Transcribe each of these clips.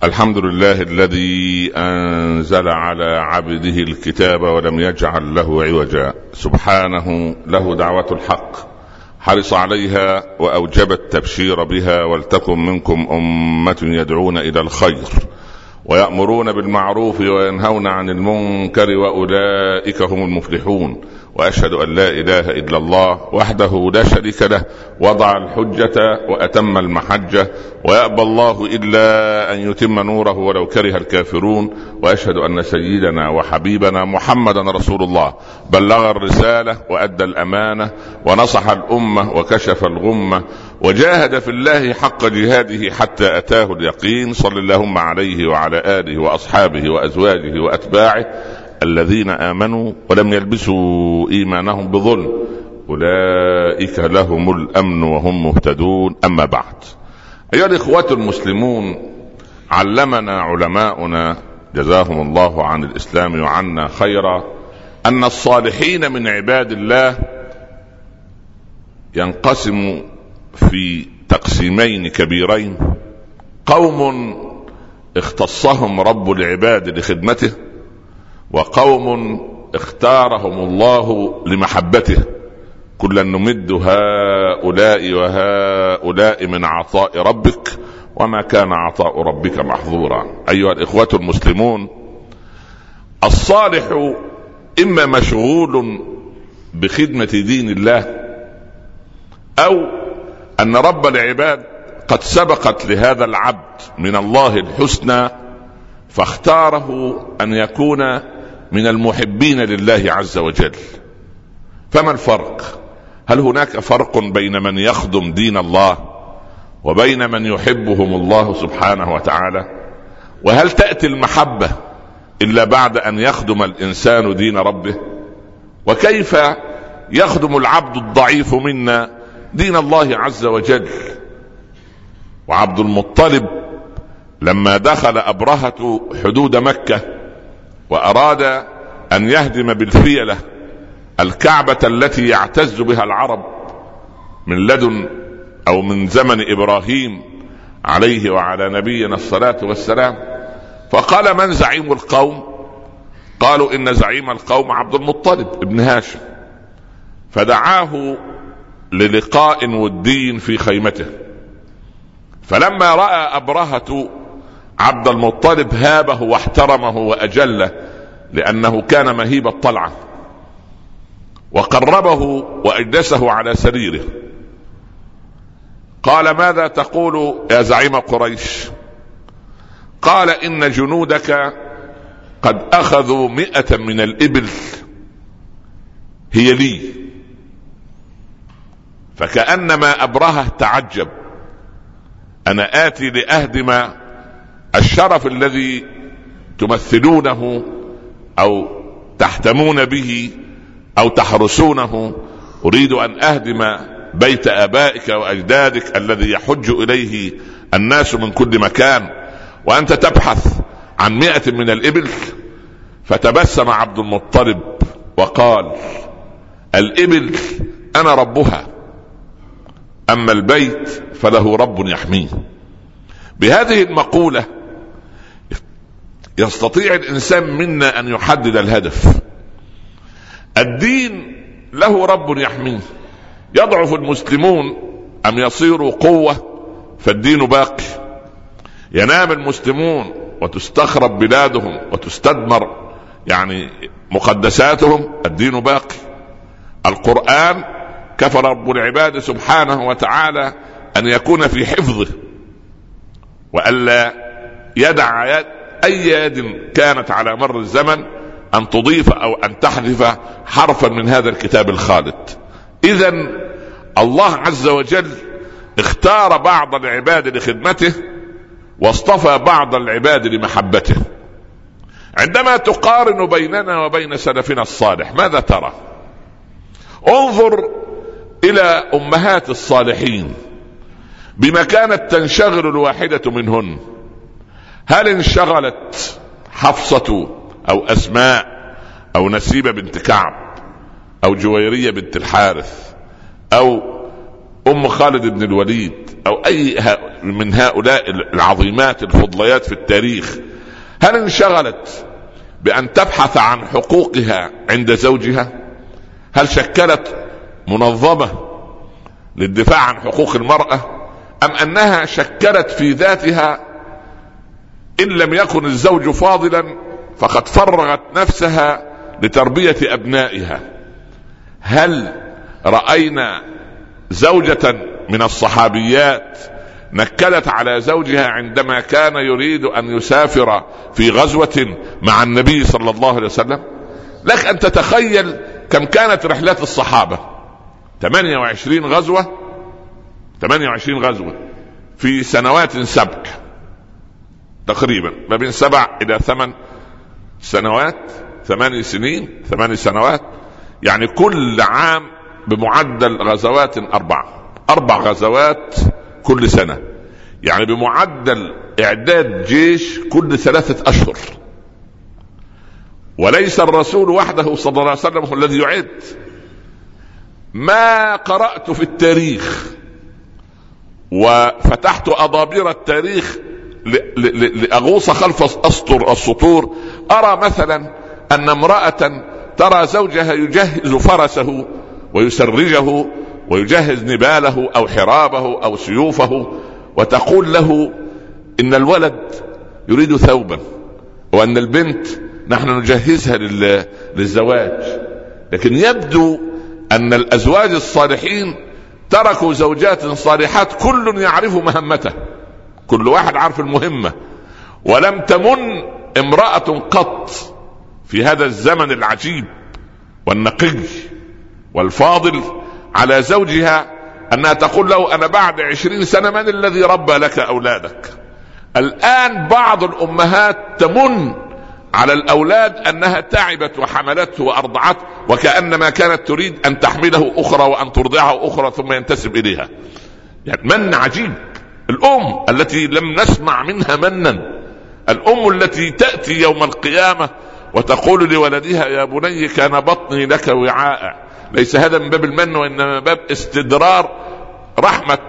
الحمد لله الذي أنزل على عبده الكتاب ولم يجعل له عوجا، سبحانه له دعوة الحق، حرص عليها وأوجب التبشير بها، ولتكن منكم أمة يدعون إلى الخير ويأمرون بالمعروف وينهون عن المنكر وأولئك هم المفلحون. وأشهد أن لا إله إلا الله وحده لا شريك له، وضع الحجة وأتم المحجة، ويأبى الله إلا أن يتم نوره ولو كره الكافرون. وأشهد أن سيدنا وحبيبنا محمدا رسول الله، بلغ الرسالة وأدى الأمانة ونصح الأمة وكشف الغمة، وجاهد في الله حق جهاده حتى أتاه اليقين. صلى اللهم عليه وعلى آله وأصحابه وأزواجه وأتباعه الذين آمنوا ولم يلبسوا إيمانهم بظلم، أولئك لهم الأمن وهم مهتدون. أما بعد، أيها الإخوة المسلمون، علمنا علماؤنا جزاهم الله عن الإسلام وعنا خيرا أن الصالحين من عباد الله ينقسم في تقسيمين كبيرين: قوم اختصهم رب العباد لخدمته، وقوم اختارهم الله لمحبته. كلا نمد هؤلاء وهؤلاء من عطاء ربك وما كان عطاء ربك محظورا. أيها الإخوة المسلمون، الصالح إما مشغول بخدمة دين الله، أو أن رب العباد قد سبقت لهذا العبد من الله الحسنى فاختاره أن يكون من المحبين لله عز وجل. فما الفرق؟ هل هناك فرق بين من يخدم دين الله وبين من يحبهم الله سبحانه وتعالى؟ وهل تأتي المحبة إلا بعد أن يخدم الإنسان دين ربه؟ وكيف يخدم العبد الضعيف منا دين الله عز وجل؟ وعبد المطلب لما دخل أبرهة حدود مكة وأراد أن يهدم بالفيلة الكعبة التي يعتز بها العرب من لدن أو من زمن إبراهيم عليه وعلى نبينا الصلاة والسلام، فقال: من زعيم القوم؟ قالوا: إن زعيم القوم عبد المطلب ابن هاشم. فدعاه للقاء ودي في خيمته، فلما رأى أبرهة عبد المطلب هابه واحترمه وأجله، لأنه كان مهيب الطلعة، وقربه وأجلسه على سريره. قال: ماذا تقول يا زعيم قريش؟ قال: إن جنودك قد أخذوا 100 من الإبل هي لي. فكأنما أبرهة تعجب: أنا آتي لأهدم الشرف الذي تمثلونه أو تحتمون به أو تحرسونه، أريد أن أهدم بيت آبائك وأجدادك الذي يحج إليه الناس من كل مكان، وأنت تبحث عن 100 من الإبل؟ فتبسم عبد المطلب وقال: الإبل أنا ربها، أما البيت فله رب يحميه. بهذه المقولة يستطيع الإنسان منا أن يحدد الهدف. الدين له رب يحميه. يضعف المسلمون أم يصيروا قوة فالدين باقي. ينام المسلمون وتستخرب بلادهم وتستدمر مقدساتهم، الدين باقي. القرآن كفى رب العباد سبحانه وتعالى أن يكون في حفظه، وألا يدع أي يد كانت على مر الزمن أن تضيف أو أن تحذف حرفا من هذا الكتاب الخالد. إذن الله عز وجل اختار بعض العباد لخدمته واصطفى بعض العباد لمحبته. عندما تقارن بيننا وبين سلفنا الصالح ماذا ترى؟ انظر إلى أمهات الصالحين بما كانت تنشغل الواحدة منهن. هل انشغلت حفصة أو أسماء أو نسيبة بنت كعب أو جويرية بنت الحارث أو أم خالد بن الوليد أو أي من هؤلاء العظيمات الفضليات في التاريخ هل انشغلت بأن تبحث عن حقوقها عند زوجها؟ هل شكلت منظمة للدفاع عن حقوق المرأة، أم أنها شكلت في ذاتها إن لم يكن الزوج فاضلا فقد فرغت نفسها لتربية أبنائها؟ هل رأينا زوجة من الصحابيات نكلت على زوجها عندما كان يريد أن يسافر في غزوة مع النبي صلى الله عليه وسلم؟ لك أن تتخيل كم كانت رحلات الصحابة، 28 غزوة في سنوات 7 تقريبا، ما بين 7 إلى 8 سنوات، 8 سنين 8 سنوات، يعني كل عام بمعدل غزوات 4 غزوات كل سنة، يعني بمعدل إعداد جيش كل 3 أشهر. وليس الرسول وحده صلى الله عليه وسلم هو الذي يعد. ما قرأت في التاريخ وفتحت أضابير التاريخ لأغوص خلف السطور أرى مثلا أن امرأة ترى زوجها يجهز فرسه ويسرجه ويجهز نباله أو حرابه أو سيوفه، وتقول له إن الولد يريد ثوبا وأن البنت نحن نجهزها للزواج. لكن يبدو أن الأزواج الصالحين تركوا زوجات صالحات كل يعرف مهمته، كل واحد عارف المهمة، ولم تمن امرأة قط في هذا الزمن العجيب والنقي والفاضل على زوجها أنها تقول له أنا بعد 20 سنة من الذي ربى لك أولادك؟ الآن بعض الأمهات تمن على الأولاد أنها تعبت وحملته وأرضعته وكأنما كانت تريد أن تحمله أخرى وأن ترضعه أخرى ثم ينتسب إليها. يعني من عجيب. الأم التي لم نسمع منها منا، الأم التي تأتي يوم القيامة وتقول لولدها يا بني كان بطني لك وعاء. ليس هذا من باب المن وإنما من باب استدرار رحمة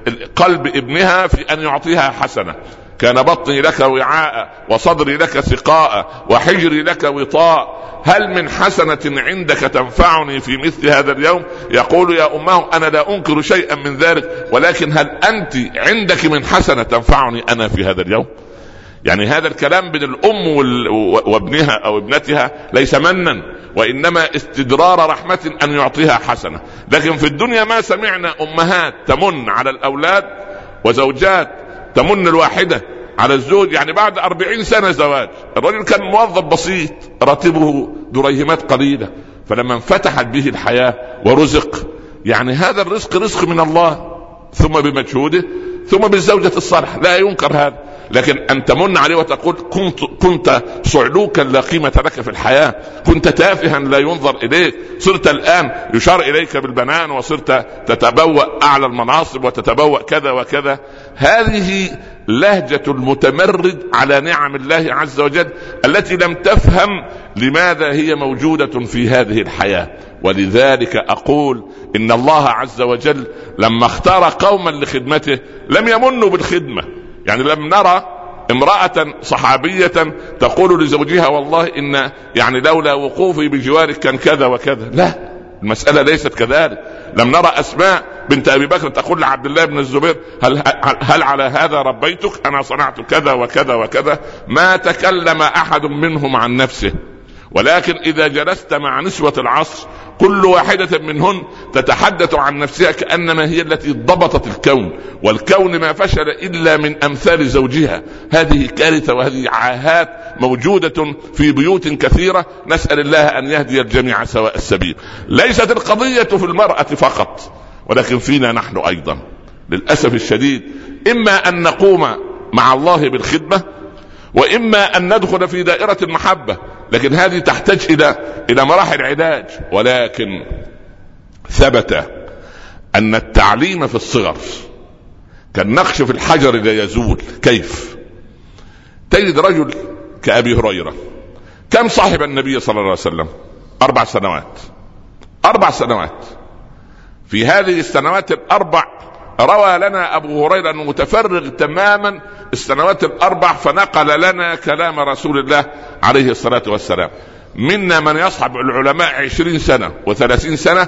قلب ابنها في أن يعطيها حسنة. كان بطني لك وعاء وصدري لك سقاء وحجري لك وطاء، هل من حسنة عندك تنفعني في مثل هذا اليوم؟ يقول يا أمه أنا لا أنكر شيئا من ذلك، ولكن هل أنت عندك من حسنة تنفعني أنا في هذا اليوم؟ يعني هذا الكلام بين الأم وابنها أو ابنتها ليس منا وإنما استدرار رحمة أن يعطيها حسنة. لكن في الدنيا ما سمعنا أمهات تمن على الأولاد وزوجات تمن الواحدة على الزوج. يعني بعد 40 سنة زواج الرجل كان موظف بسيط راتبه دريهمات قليلة، فلما انفتحت به الحياة ورزق، يعني هذا الرزق رزق من الله ثم بمجهوده ثم بالزوجة الصالحة، لا ينكر هذا. لكن أن تمن عليه وتقول كنت صعلوكا لا قيمة لك في الحياة، كنت تافها لا ينظر إليك، صرت الآن يشار إليك بالبنان وصرت تتبوأ أعلى المناصب وتتبوأ كذا وكذا، هذه لهجة المتمرد على نعم الله عز وجل التي لم تفهم لماذا هي موجودة في هذه الحياة. ولذلك أقول إن الله عز وجل لما اختار قوما لخدمته لم يمنوا بالخدمة. يعني لم نرى امرأة صحابية تقول لزوجها والله إن يعني لولا وقوفي بجوارك كان كذا وكذا، لا، المسألة ليست كذلك. لم نرى أسماء بنت أبي بكر تقول لعبد الله بن الزبير هل على هذا ربيتك؟ أنا صنعت كذا وكذا وكذا. ما تكلم أحد منهم عن نفسه، ولكن إذا جلست مع نسوة العصر كل واحدة منهن تتحدث عن نفسها كأنما هي التي ضبطت الكون، والكون ما فشل إلا من أمثال زوجها. هذه كارثة وهذه عاهات موجودة في بيوت كثيرة، نسأل الله أن يهدي الجميع سواء السبيل. ليست القضية في المرأة فقط، ولكن فينا نحن أيضا للأسف الشديد، إما أن نقوم مع الله بالخدمة وإما أن ندخل في دائرة المحبة، لكن هذه تحتاج إلى مراحل علاج. ولكن ثبت أن التعليم في الصغر كالنقش في الحجر لا يزول. كيف؟ تجد رجل كأبي هريرة كم صاحب النبي صلى الله عليه وسلم؟ 4 سنوات. 4 سنوات. في هذه السنوات 4 روى لنا أبو هريرة أنه متفرغ تماما السنوات الأربع، فنقل لنا كلام رسول الله عليه الصلاة والسلام. منا من يصحب العلماء 20 سنة و30 سنة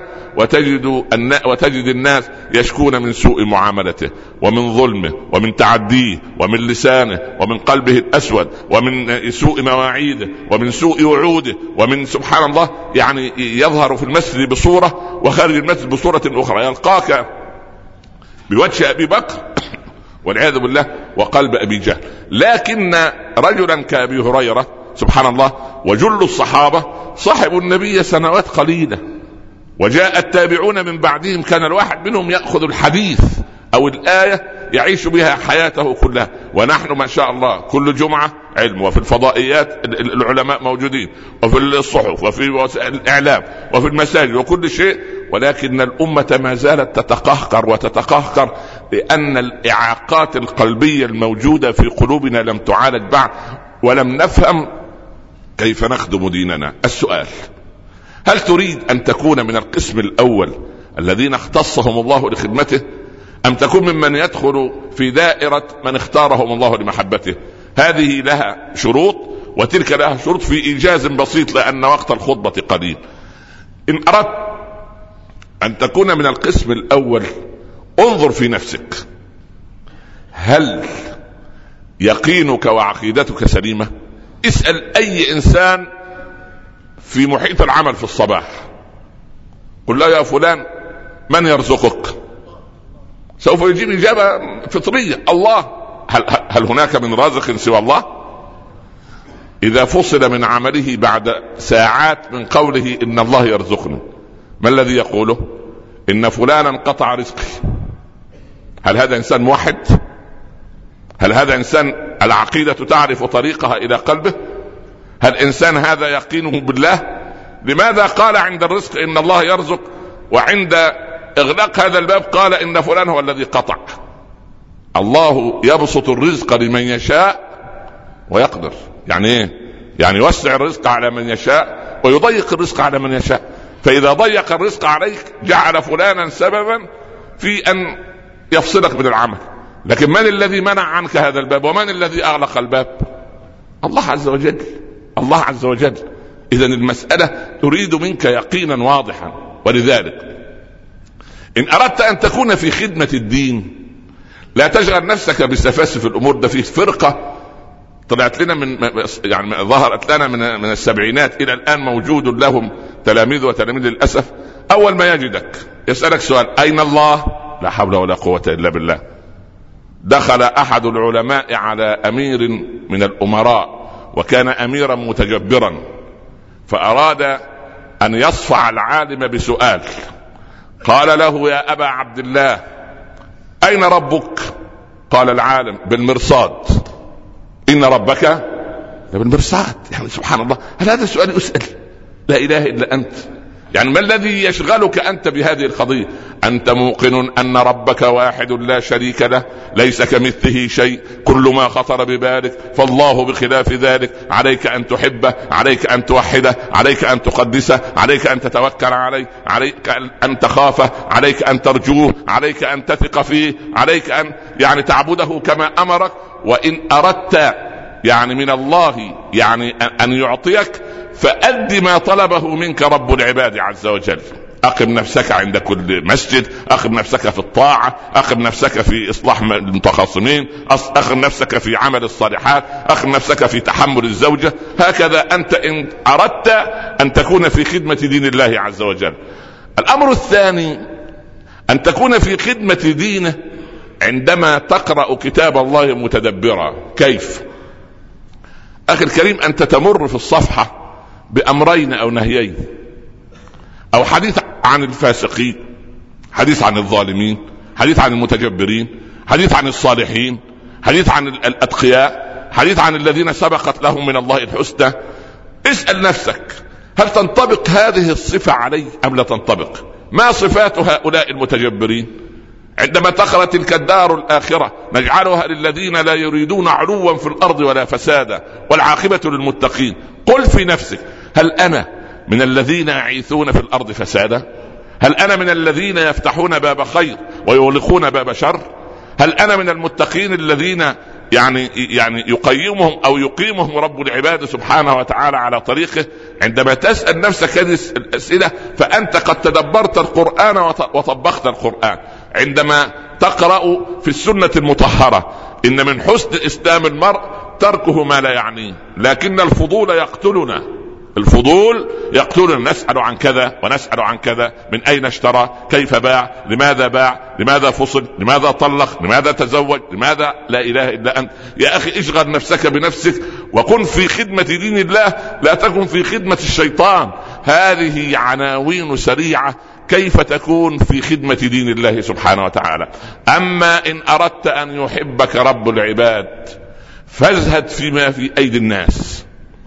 وتجد الناس يشكون من سوء معاملته ومن ظلمه ومن تعديه ومن لسانه ومن قلبه الأسود ومن سوء مواعيده ومن سوء وعوده ومن سبحان الله يعني يظهر في المسجد بصورة وخارج المسجد بصورة أخرى. يلقاك بوجه أبي بكر والعياذ بالله وقلب أبي جهل. لكن رجلا كأبي هريرة سبحان الله وجل الصحابة صحبوا النبي سنوات قليلة، وجاء التابعون من بعدهم كان الواحد منهم يأخذ الحديث أو الآية يعيش بها حياته كلها. ونحن ما شاء الله كل جمعة علم، وفي الفضائيات العلماء موجودين، وفي الصحف وفي وسائل الإعلام وفي المساجد وكل شيء، ولكن الأمة ما زالت تتقهقر وتتقهقر لأن الإعاقات القلبية الموجودة في قلوبنا لم تعالج بعد، ولم نفهم كيف نخدم ديننا. السؤال: هل تريد أن تكون من القسم الأول الذين اختصهم الله لخدمته، أم تكون ممن يدخل في دائرة من اختارهم الله لمحبته؟ هذه لها شروط وتلك لها شروط في إيجاز بسيط لأن وقت الخطبة قليل. إن أردت أن تكون من القسم الأول انظر في نفسك، هل يقينك وعقيدتك سليمة؟ اسأل أي إنسان في محيط العمل في الصباح، قل له يا فلان من يرزقك؟ سوف يجيب إجابة فطرية: الله. هل هناك من رازق سوى الله؟ إذا فصل من عمله بعد ساعات من قوله إن الله يرزقني، ما الذي يقوله؟ إن فلانا قطع رزقي. هل هذا إنسان موحد؟ هل هذا إنسان العقيدة تعرف طريقها إلى قلبه؟ هل إنسان هذا يقينه بالله؟ لماذا قال عند الرزق إن الله يرزق، وعند إغلاق هذا الباب قال إن فلان هو الذي قطع؟ الله يبسط الرزق لمن يشاء ويقدر. يعني إيه؟ يعني يوسع الرزق على من يشاء ويضيق الرزق على من يشاء. فإذا ضيق الرزق عليك جعل فلانا سببا في أن يفصلك من العمل. لكن من الذي منع عنك هذا الباب؟ ومن الذي أغلق الباب؟ الله عز وجل. الله عز وجل. إذن المسألة تريد منك يقينا واضحا. ولذلك إن أردت أن تكون في خدمة الدين لا تشغل نفسك بسفاسف الأمور. ده في فرقة طلعت لنا يعني ظهرت لنا من السبعينات إلى الآن موجود لهم تلاميذ وتلاميذ للأسف. أول ما يجدك يسألك سؤال: أين الله؟ لا حول ولا قوة إلا بالله. دخل أحد العلماء على أمير من الأمراء وكان أميرا متجبرا، فأراد أن يصفع العالم بسؤال. قال له: يا أبا عبد الله أين ربك؟ قال العالم: بالمرصاد. إن ربك بالمرصاد. يعني سبحان الله، هل هذا السؤال يسأل؟ لا إله إلا أنت. يعني ما الذي يشغلك أنت بهذه القضية؟ أنت موقن أن ربك واحد لا شريك له، ليس كمثله شيء، كل ما خطر ببالك، فالله بخلاف ذلك. عليك أن تحبه، عليك أن توحده، عليك أن تقدسه، عليك أن تتوكل عليه، عليك أن تخافه، عليك أن ترجوه، عليك أن تثق فيه، عليك أن يعني تعبده كما أمرك. وإن أردت يعني من الله يعني أن يعطيك فأد ما طلبه منك رب العباد عز وجل. أقم نفسك عند كل مسجد، أقم نفسك في الطاعة، أقم نفسك في إصلاح المتخاصمين، أقم نفسك في عمل الصالحات، أقم نفسك في تحمل الزوجة. هكذا أنت إن أردت أن تكون في خدمة دين الله عز وجل. الأمر الثاني أن تكون في خدمة دينه عندما تقرأ كتاب الله متدبرا. كيف؟ أخي الكريم، أنت تمر في الصفحة بأمرين أو نهيين، أو حديث عن الفاسقين، حديث عن الظالمين، حديث عن المتجبرين، حديث عن الصالحين، حديث عن الأتقياء، حديث عن الذين سبقت لهم من الله الحسنى. اسأل نفسك: هل تنطبق هذه الصفة علي أم لا تنطبق؟ ما صفات هؤلاء المتجبرين؟ عندما تقرأ تلك الدار الآخرة نجعلها للذين لا يريدون علوا في الأرض ولا فسادا والعاقبة للمتقين. قل في نفسك: هل أنا من الذين يعيثون في الأرض فسادا؟ هل أنا من الذين يفتحون باب خير ويغلقون باب شر؟ هل أنا من المتقين الذين يعني يقيمهم أو يقيمهم رب العباد سبحانه وتعالى على طريقه؟ عندما تسأل نفسك هذه الأسئلة فأنت قد تدبرت القرآن وطبقت القرآن. عندما تقرأ في السنة المطهرة إن من حسن إسلام المرء تركه ما لا يعنيه، لكن الفضول يقتلنا، الفضول يقتلنا. نسأل عن كذا ونسأل عن كذا، من أين اشترى، كيف باع، لماذا فصل، لماذا طلق، لماذا تزوج، لماذا؟ لا إله إلا أنت. يا أخي اشغل نفسك بنفسك وكن في خدمة دين الله، لا تكن في خدمة الشيطان. هذه عناوين سريعة كيف تكون في خدمة دين الله سبحانه وتعالى. أما إن أردت أن يحبك رب العباد فازهد فيما في أيدي الناس،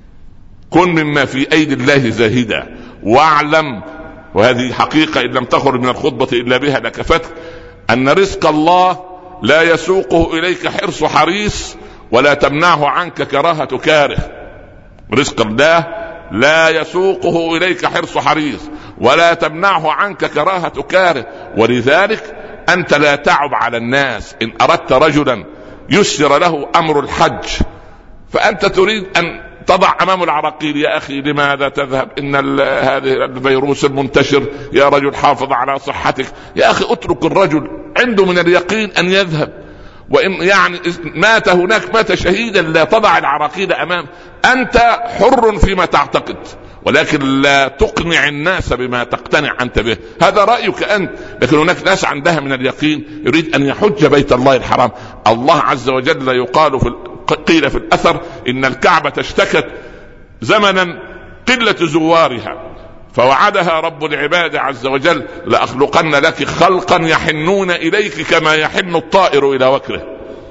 كن مما في أيدي الله زاهدا، واعلم، وهذه حقيقة إن لم تخرج من الخطبة إلا بها لكفتك، أن رزق الله لا يسوقه إليك حرص حريص ولا تمنعه عنك كراهة كاره. رزق الله لا يسوقه إليك حرص حريص ولا تمنعه عنك كراهة كاره. ولذلك أنت لا تعب على الناس. إن أردت رجلا يسر له أمر الحج فأنت تريد أن تضع أمام العراقيل، يا أخي لماذا تذهب، إن هذه الفيروس المنتشر، يا رجل حافظ على صحتك. يا أخي اترك الرجل عنده من اليقين أن يذهب، وإن يعني مات هناك مات شهيدا، لا تضع العراقيل أمام. أنت حر فيما تعتقد، ولكن لا تقنع الناس بما تقتنع أنت به. هذا رأيك أنت، لكن هناك ناس عندها من اليقين يريد أن يحج بيت الله الحرام. الله عز وجل يقال قيل في الأثر إن الكعبة اشتكت زمنا قلة زوارها، فوعدها رب العباد عز وجل لأخلقن لك خلقا يحنون إليك كما يحن الطائر إلى وكره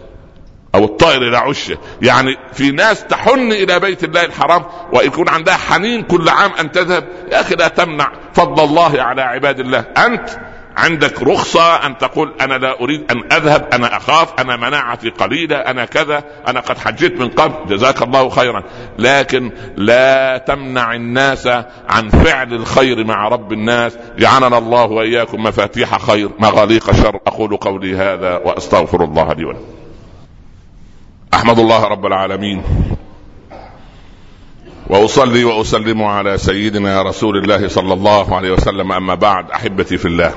أو الطائر إلى عشه. يعني في ناس تحن إلى بيت الله الحرام ويكون عندها حنين كل عام أن تذهب. يا أخي لا تمنع فضل الله على عباد الله. أنت عندك رخصة أن تقول أنا لا أريد أن أذهب، أنا أخاف، أنا مناعتي قليلة، أنا كذا، أنا قد حجيت من قبل، جزاك الله خيرا. لكن لا تمنع الناس عن فعل الخير مع رب الناس. جعلنا الله وإياكم مفاتيح خير مغاليق شر. أقول قولي هذا وأستغفر الله لي ولكم. أحمد الله رب العالمين وأصلي وأسلم على سيدنا رسول الله صلى الله عليه وسلم. أما بعد، أحبتي في الله،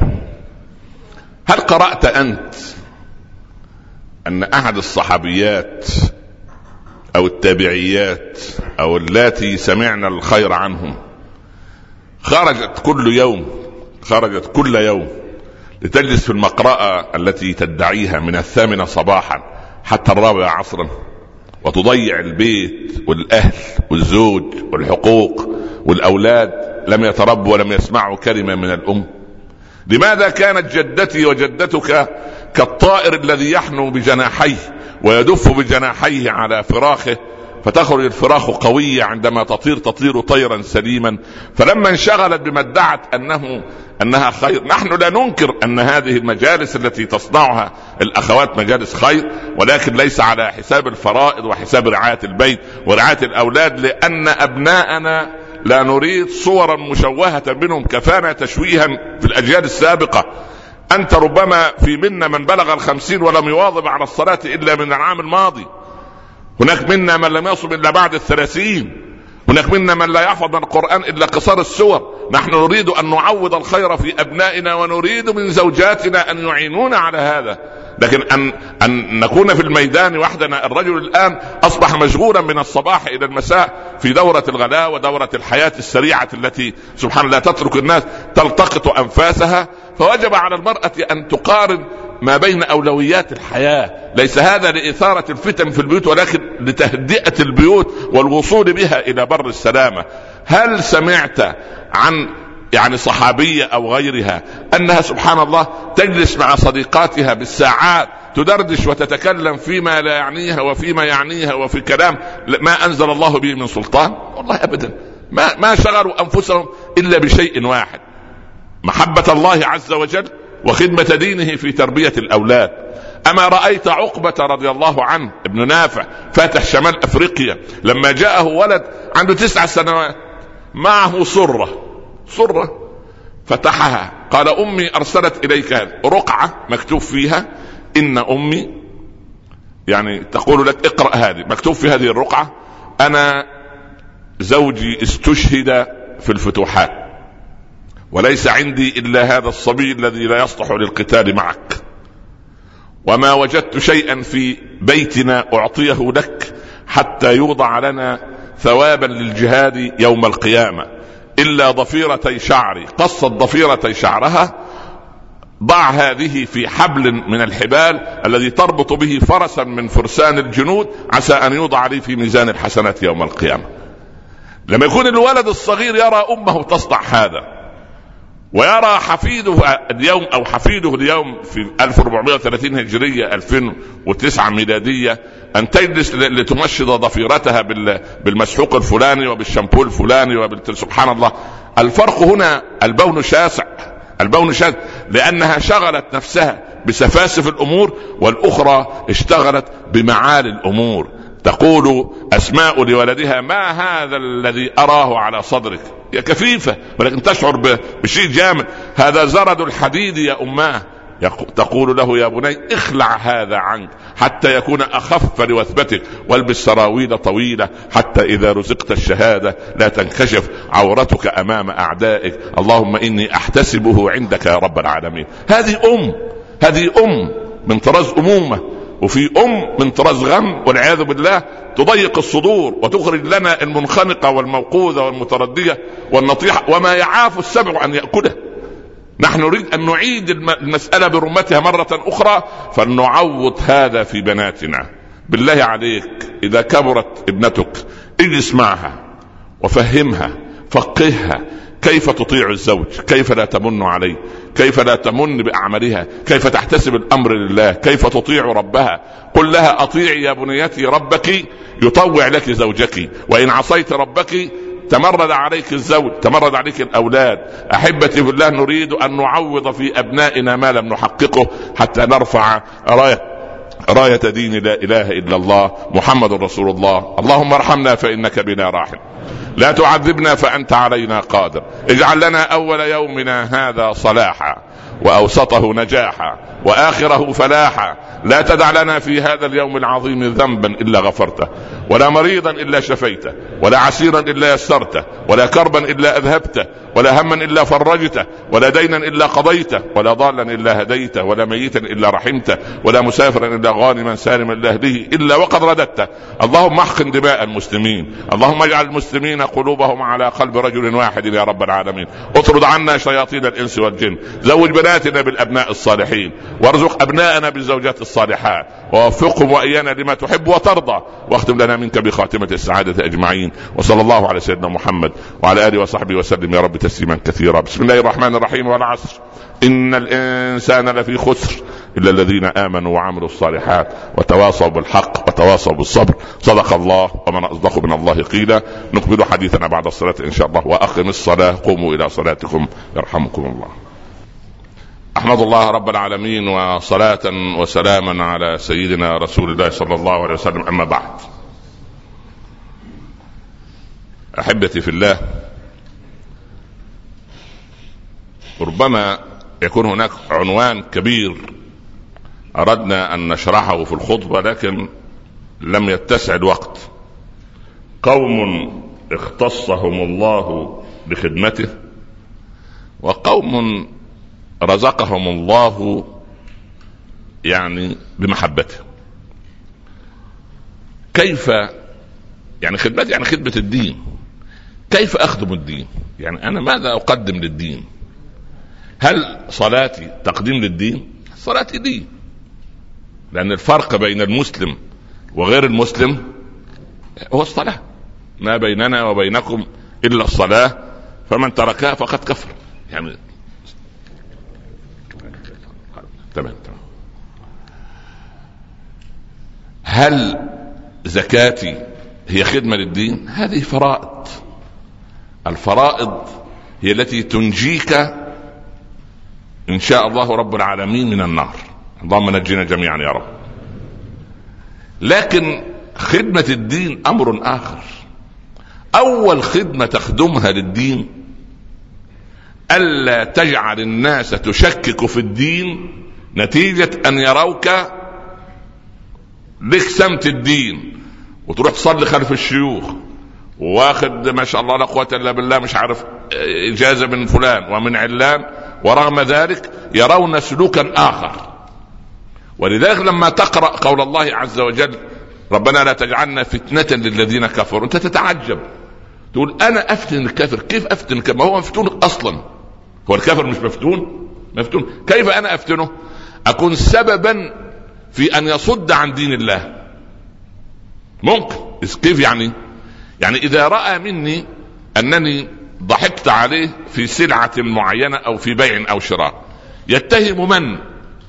هل قرأت أنت أن أحد الصحابيات أو التابعيات أو اللاتي سمعنا الخير عنهم خرجت كل يوم لتجلس في المقرأة التي تدعيها من 8 صباحا حتى 4 عصرا، وتضيع البيت والأهل والزوج والحقوق والأولاد، لم يتربوا ولم يسمعوا كلمة من الأم؟ لماذا كانت جدتي وجدتك كالطائر الذي يحنو بجناحيه ويدف بجناحيه على فراخه، فتخرج الفراخ قوية عندما تطير طيرا سليما؟ فلما انشغلت بما ادعت أنها خير، نحن لا ننكر أن هذه المجالس التي تصنعها الأخوات مجالس خير، ولكن ليس على حساب الفرائض وحساب رعاية البيت ورعاية الأولاد، لأن أبناءنا لا نريد صورا مشوهة منهم، كفانا تشويها في الأجيال السابقة. أنت ربما في منا من بلغ 50 ولم يواظب على الصلاة إلا من العام الماضي، هناك منا من لم يصب إلا بعد 30، هناك منا من لا يحفظ من القرآن إلا قصار السور. نحن نريد أن نعوض الخير في أبنائنا، ونريد من زوجاتنا أن يعينونا على هذا، لكن أن نكون في الميدان وحدنا. الرجل الآن أصبح مشغولا من الصباح إلى المساء في دورة الغلاء ودورة الحياة السريعة التي سبحان الله تترك الناس تلتقط أنفاسها. فوجب على المرأة أن تقارن ما بين أولويات الحياة، ليس هذا لإثارة الفتن في البيوت ولكن لتهدئة البيوت والوصول بها إلى بر السلامة. هل سمعت عن صحابية أو غيرها أنها سبحان الله تجلس مع صديقاتها بالساعات تدردش وتتكلم فيما لا يعنيها وفيما يعنيها وفي كلام ما أنزل الله به من سلطان؟ والله أبدا، ما شغلوا أنفسهم إلا بشيء واحد: محبة الله عز وجل وخدمة دينه في تربية الأولاد. أما رأيت عقبة رضي الله عنه ابن نافع فاتح شمال أفريقيا لما جاءه ولد عنده 9 سنوات معه صرة فتحها قال أمي أرسلت إليك رقعة مكتوب فيها إن أمي، يعني تقول لك اقرأ هذه، مكتوب في هذه الرقعة: أنا زوجي استشهد في الفتوحات، وليس عندي إلا هذا الصبي الذي لا يصلح للقتال معك، وما وجدت شيئا في بيتنا أعطيه لك حتى يوضع لنا ثوابا للجهاد يوم القيامة إلا ضفيرتي شعري. قصت ضفيرتي شعرها: ضع هذه في حبل من الحبال الذي تربط به فرسا من فرسان الجنود عسى أن يوضع لي في ميزان الحسنات يوم القيامة. لما يكون الولد الصغير يرى أمه تصنع هذا، ويرى حفيده اليوم أو حفيده اليوم في 1430 هجرية 2009 ميلادية أن تجلس لتمشط ضفيرتها بالمسحوق الفلاني وبالشامبو الفلاني سبحان الله. الفرق هنا البون شاسع، البون شاسع، لأنها شغلت نفسها بسفاسف الأمور، والأخرى اشتغلت بمعالي الأمور. تقول أسماء لولدها: ما هذا الذي أراه على صدرك؟ يا كفيفة، ولكن تشعر بشيء جامد. هذا زرد الحديد يا أماه. تقول له: يا بني اخلع هذا عنك حتى يكون أخف لوثبتك، والبس سراويل طويلة حتى إذا رزقت الشهادة لا تنكشف عورتك أمام أعدائك. اللهم إني أحتسبه عندك يا رب العالمين. هذه أم من طراز أمومة، وفي من طراز غم والعياذ بالله تضيق الصدور وتخرج لنا المنخنقة والموقوذة والمتردية والنطيحة وما يعاف السبع أن يأكله. نحن نريد أن نعيد المسألة برمتها مرة أخرى، فلنعوض هذا في بناتنا. بالله عليك إذا كبرت ابنتك اجلس معها وفهمها، فقهها كيف تطيع الزوج، كيف لا تمن عليه، كيف لا تمن بأعمالها، كيف تحتسب الأمر لله، كيف تطيع ربها. قل لها: أطيعي يا بنيتي ربك يطوع لك زوجك، وإن عصيت ربك تمرد عليك الزوج، تمرد عليك الأولاد. أحبتي في الله، نريد أن نعوض في أبنائنا ما لم نحققه حتى نرفع راية دين لا إله إلا الله محمد رسول الله. اللهم ارحمنا فإنك بنا راحم، لا تعذبنا فأنت علينا قادر. اجعل لنا أول يومنا هذا صلاحا، وأوسطه نجاحا، وآخره فلاحا. لا تدع لنا في هذا اليوم العظيم ذنبا إلا غفرته، ولا مريضا إلا شفيته، ولا عسيرا إلا يسرته، ولا كربا إلا أذهبته، ولا هما إلا فرجته، ولا دينا إلا قضيته، ولا ضالا إلا هديته، ولا ميتا إلا رحمته، ولا مسافرا إلا غانما سالما لأهله إلا وقد رددته. اللهم احقن دماء المسلمين، اللهم اجعل المسلمين قلوبهم على قلب رجل واحد يا رب العالمين. اطرد عنا شياطين الإنس والجن، زوج بناتنا بالأبناء الصالحين، وارزق أبناءنا بالزوجات الصالحات، ووفقهم وإيانا لما تحب وترضى، واختم لنا منك بخاتمة السعادة أجمعين. وصلى الله على سيدنا محمد وعلى آله وصحبه وسلم يا رب تسليما كثيرا. بسم الله الرحمن الرحيم. والعصر إن الإنسان لفي خسر إلا الذين آمنوا وعملوا الصالحات وتواصوا بالحق وتواصوا بالصبر. صدق الله ومن أصدق من الله قيلا. نكمل حديثنا بعد الصلاة إن شاء الله. وأقم الصلاة، قوموا إلى صلاتكم يرحمكم الله. أحمد الله رب العالمين، وصلاة وسلاما على سيدنا رسول الله صلى الله عليه وسلم. أما بعد، أحبتي في الله، ربما يكون هناك عنوان كبير أردنا أن نشرحه في الخطبة لكن لم يتسع الوقت. قوم اختصهم الله بخدمته، وقوم رزقهم الله يعني بمحبته. كيف يعني خدمته؟ يعني خدمة الدين. كيف أخدم الدين؟ يعني أنا ماذا أقدم للدين؟ هل صلاتي تقديم للدين؟ صلاتي دين، لأن الفرق بين المسلم وغير المسلم هو الصلاة. ما بيننا وبينكم إلا الصلاة، فمن تركها فقد كفر. يعني تمام. هل زكاتي هي خدمة للدين؟ هذه فرائض. الفرائض هي التي تنجيك إن شاء الله رب العالمين من النار. اللهم نجينا جميعا يا رب. لكن خدمة الدين أمر آخر. أول خدمة تخدمها للدين ألا تجعل الناس تشكك في الدين نتيجة أن يروك لك سمت الدين وتروح تصلي خلف الشيوخ واخد ما شاء الله لا قوة إلا بالله مش عارف إجازة من فلان ومن علان، ورغم ذلك يرون سلوكا آخر. ولذلك لما تقرأ قول الله عز وجل ربنا لا تجعلنا فتنة للذين كفروا، أنت تتعجب تقول أنا أفتن الكافر؟ كيف أفتن الكافر؟ ما هو مفتون أصلا، هو الكافر مش مفتون؟ مفتون. كيف أنا أفتنه؟ أكون سببا في أن يصد عن دين الله. ممكن. كيف يعني؟ يعني إذا رأى مني أنني ضحكت عليه في سلعة معينة أو في بيع أو شراء، يتهم من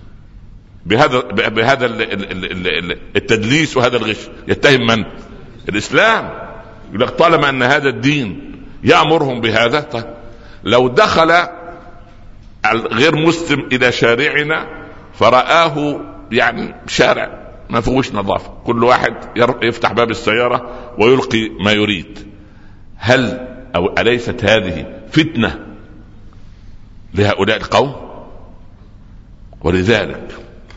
بهذا التدليس وهذا الغش؟ يتهم من؟ الإسلام. يقول لك طالما أن هذا الدين يأمرهم بهذا، طيب لو دخل غير مسلم إلى شارعنا فرآه يعني شارع ما فيهوش نظافة، كل واحد يفتح باب السيارة ويلقي ما يريد، هل أو أليست هذه فتنة لهؤلاء القوم؟ ولذلك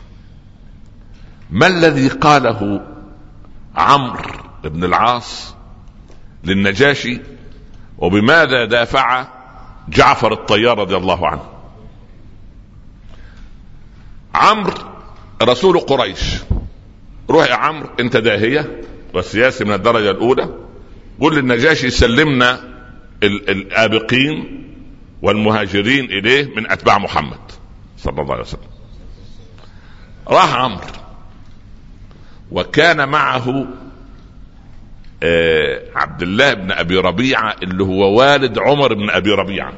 ما الذي قاله عمرو بن العاص للنجاشي، وبماذا دافع جعفر الطيار رضي الله عنه؟ عمرو رسول قريش، روح يا عمرو انت داهية والسياسي من الدرجة الأولى، قل للنجاشي سلمنا الآبقين والمهاجرين إليه من أتباع محمد صلى الله عليه وسلم. راح عمرو وكان معه عبد الله بن أبي ربيعة اللي هو والد عمر بن أبي ربيعة،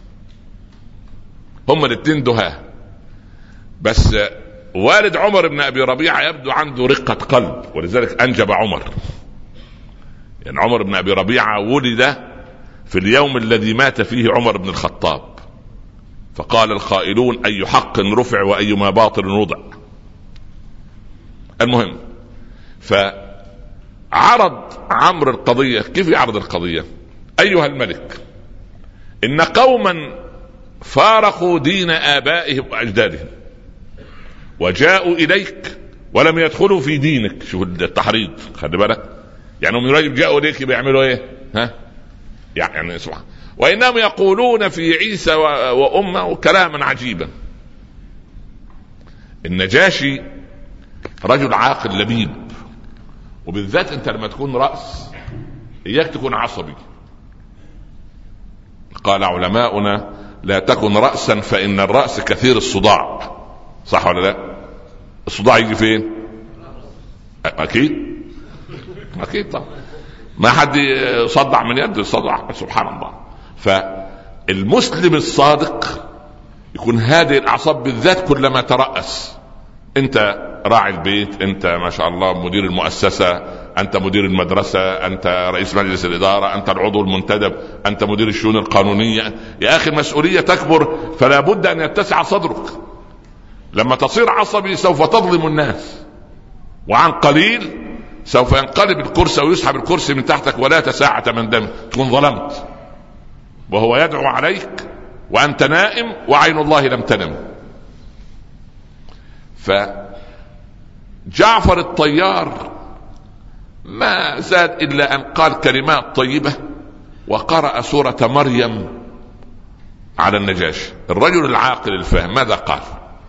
هم الاثنين دهاه، بس والد عمر بن أبي ربيعة يبدو عنده رقة قلب ولذلك أنجب عمر. يعني عمر بن أبي ربيعة ولد في اليوم الذي مات فيه عمر بن الخطاب، فقال القائلون أي حق رفع وأيما باطل وضع. المهم فعرض عمرو القضية. كيف يعرض القضية؟ أيها الملك إن قوما فارقوا دين آبائهم وأجدادهم وجاءوا إليك ولم يدخلوا في دينك. شوف التحريض، خلي بالك، يعني هم يراجعوا جاءوا إليك بيعملوا إيه؟ ها؟ يعني سبحان، وإنهم يقولون في عيسى وأمه كلاما عجيبا. النجاشي رجل عاقل لبيب، وبالذات أنت لما تكون رأس إياك تكون عصبي. قال علماؤنا لا تكن رأسا فإن الرأس كثير الصداع. صح ولا لا؟ الصداع يجي فين؟ أكيد أكيد طبعا، ما حد صدع من يده صدع، سبحان الله. فالمسلم الصادق يكون هذه الأعصاب بالذات كلما ترأس. أنت راعي البيت، أنت ما شاء الله مدير المؤسسة، أنت مدير المدرسة، أنت رئيس مجلس الإدارة، أنت العضو المنتدب، أنت مدير الشؤون القانونية. يا أخي المسؤولية تكبر، فلا بد أن يتسع صدرك. لما تصير عصبي سوف تظلم الناس، وعن قليل سوف ينقلب الكرسي ويسحب الكرسي من تحتك ولا تساعة من دم، تكون ظلمت وهو يدعو عليك وأنت نائم وعين الله لم تنم. فجعفر الطيار ما زاد إلا أن قال كلمات طيبة وقرأ سورة مريم على النجاشي. الرجل العاقل الفاهم ماذا قال؟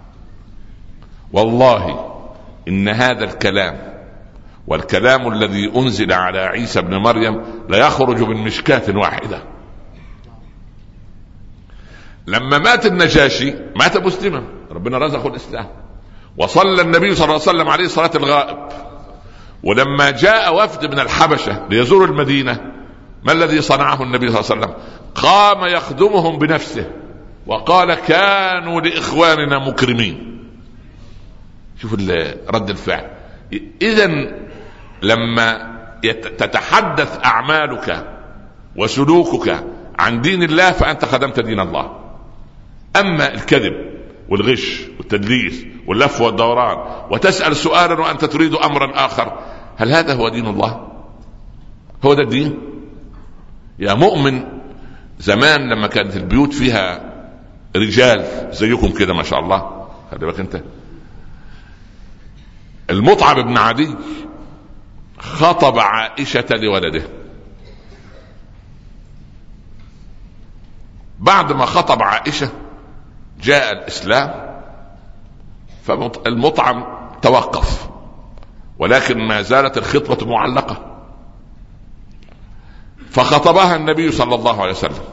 والله إن هذا الكلام والكلام الذي أنزل على عيسى بن مريم لا يخرج من مشكاة واحدة. لما مات النجاشي مات مسلما، ربنا رزقه الإسلام، وصلى النبي صلى الله عليه وسلم عليه صلاة الغائب. ولما جاء وفد من الحبشة ليزور المدينة، ما الذي صنعه النبي صلى الله عليه وسلم؟ قام يخدمهم بنفسه وقال كانوا لإخواننا مكرمين. شوف رد الفعل. إذن لما تتحدث أعمالك وسلوكك عن دين الله فأنت خدمت دين الله. أما الكذب والغش والتدليس واللف والدوران وتسأل سؤالا وأنت تريد أمرا آخر، هل هذا هو دين الله؟ هو ده الدين؟ يا مؤمن زمان لما كانت البيوت فيها رجال زيكم كده ما شاء الله، خلي بالك انت، المطعم بن عدي خطب عائشة لولده. بعد ما خطب عائشة جاء الإسلام، فالمطعم توقف، ولكن ما زالت الخطبة معلقة. فخطبها النبي صلى الله عليه وسلم،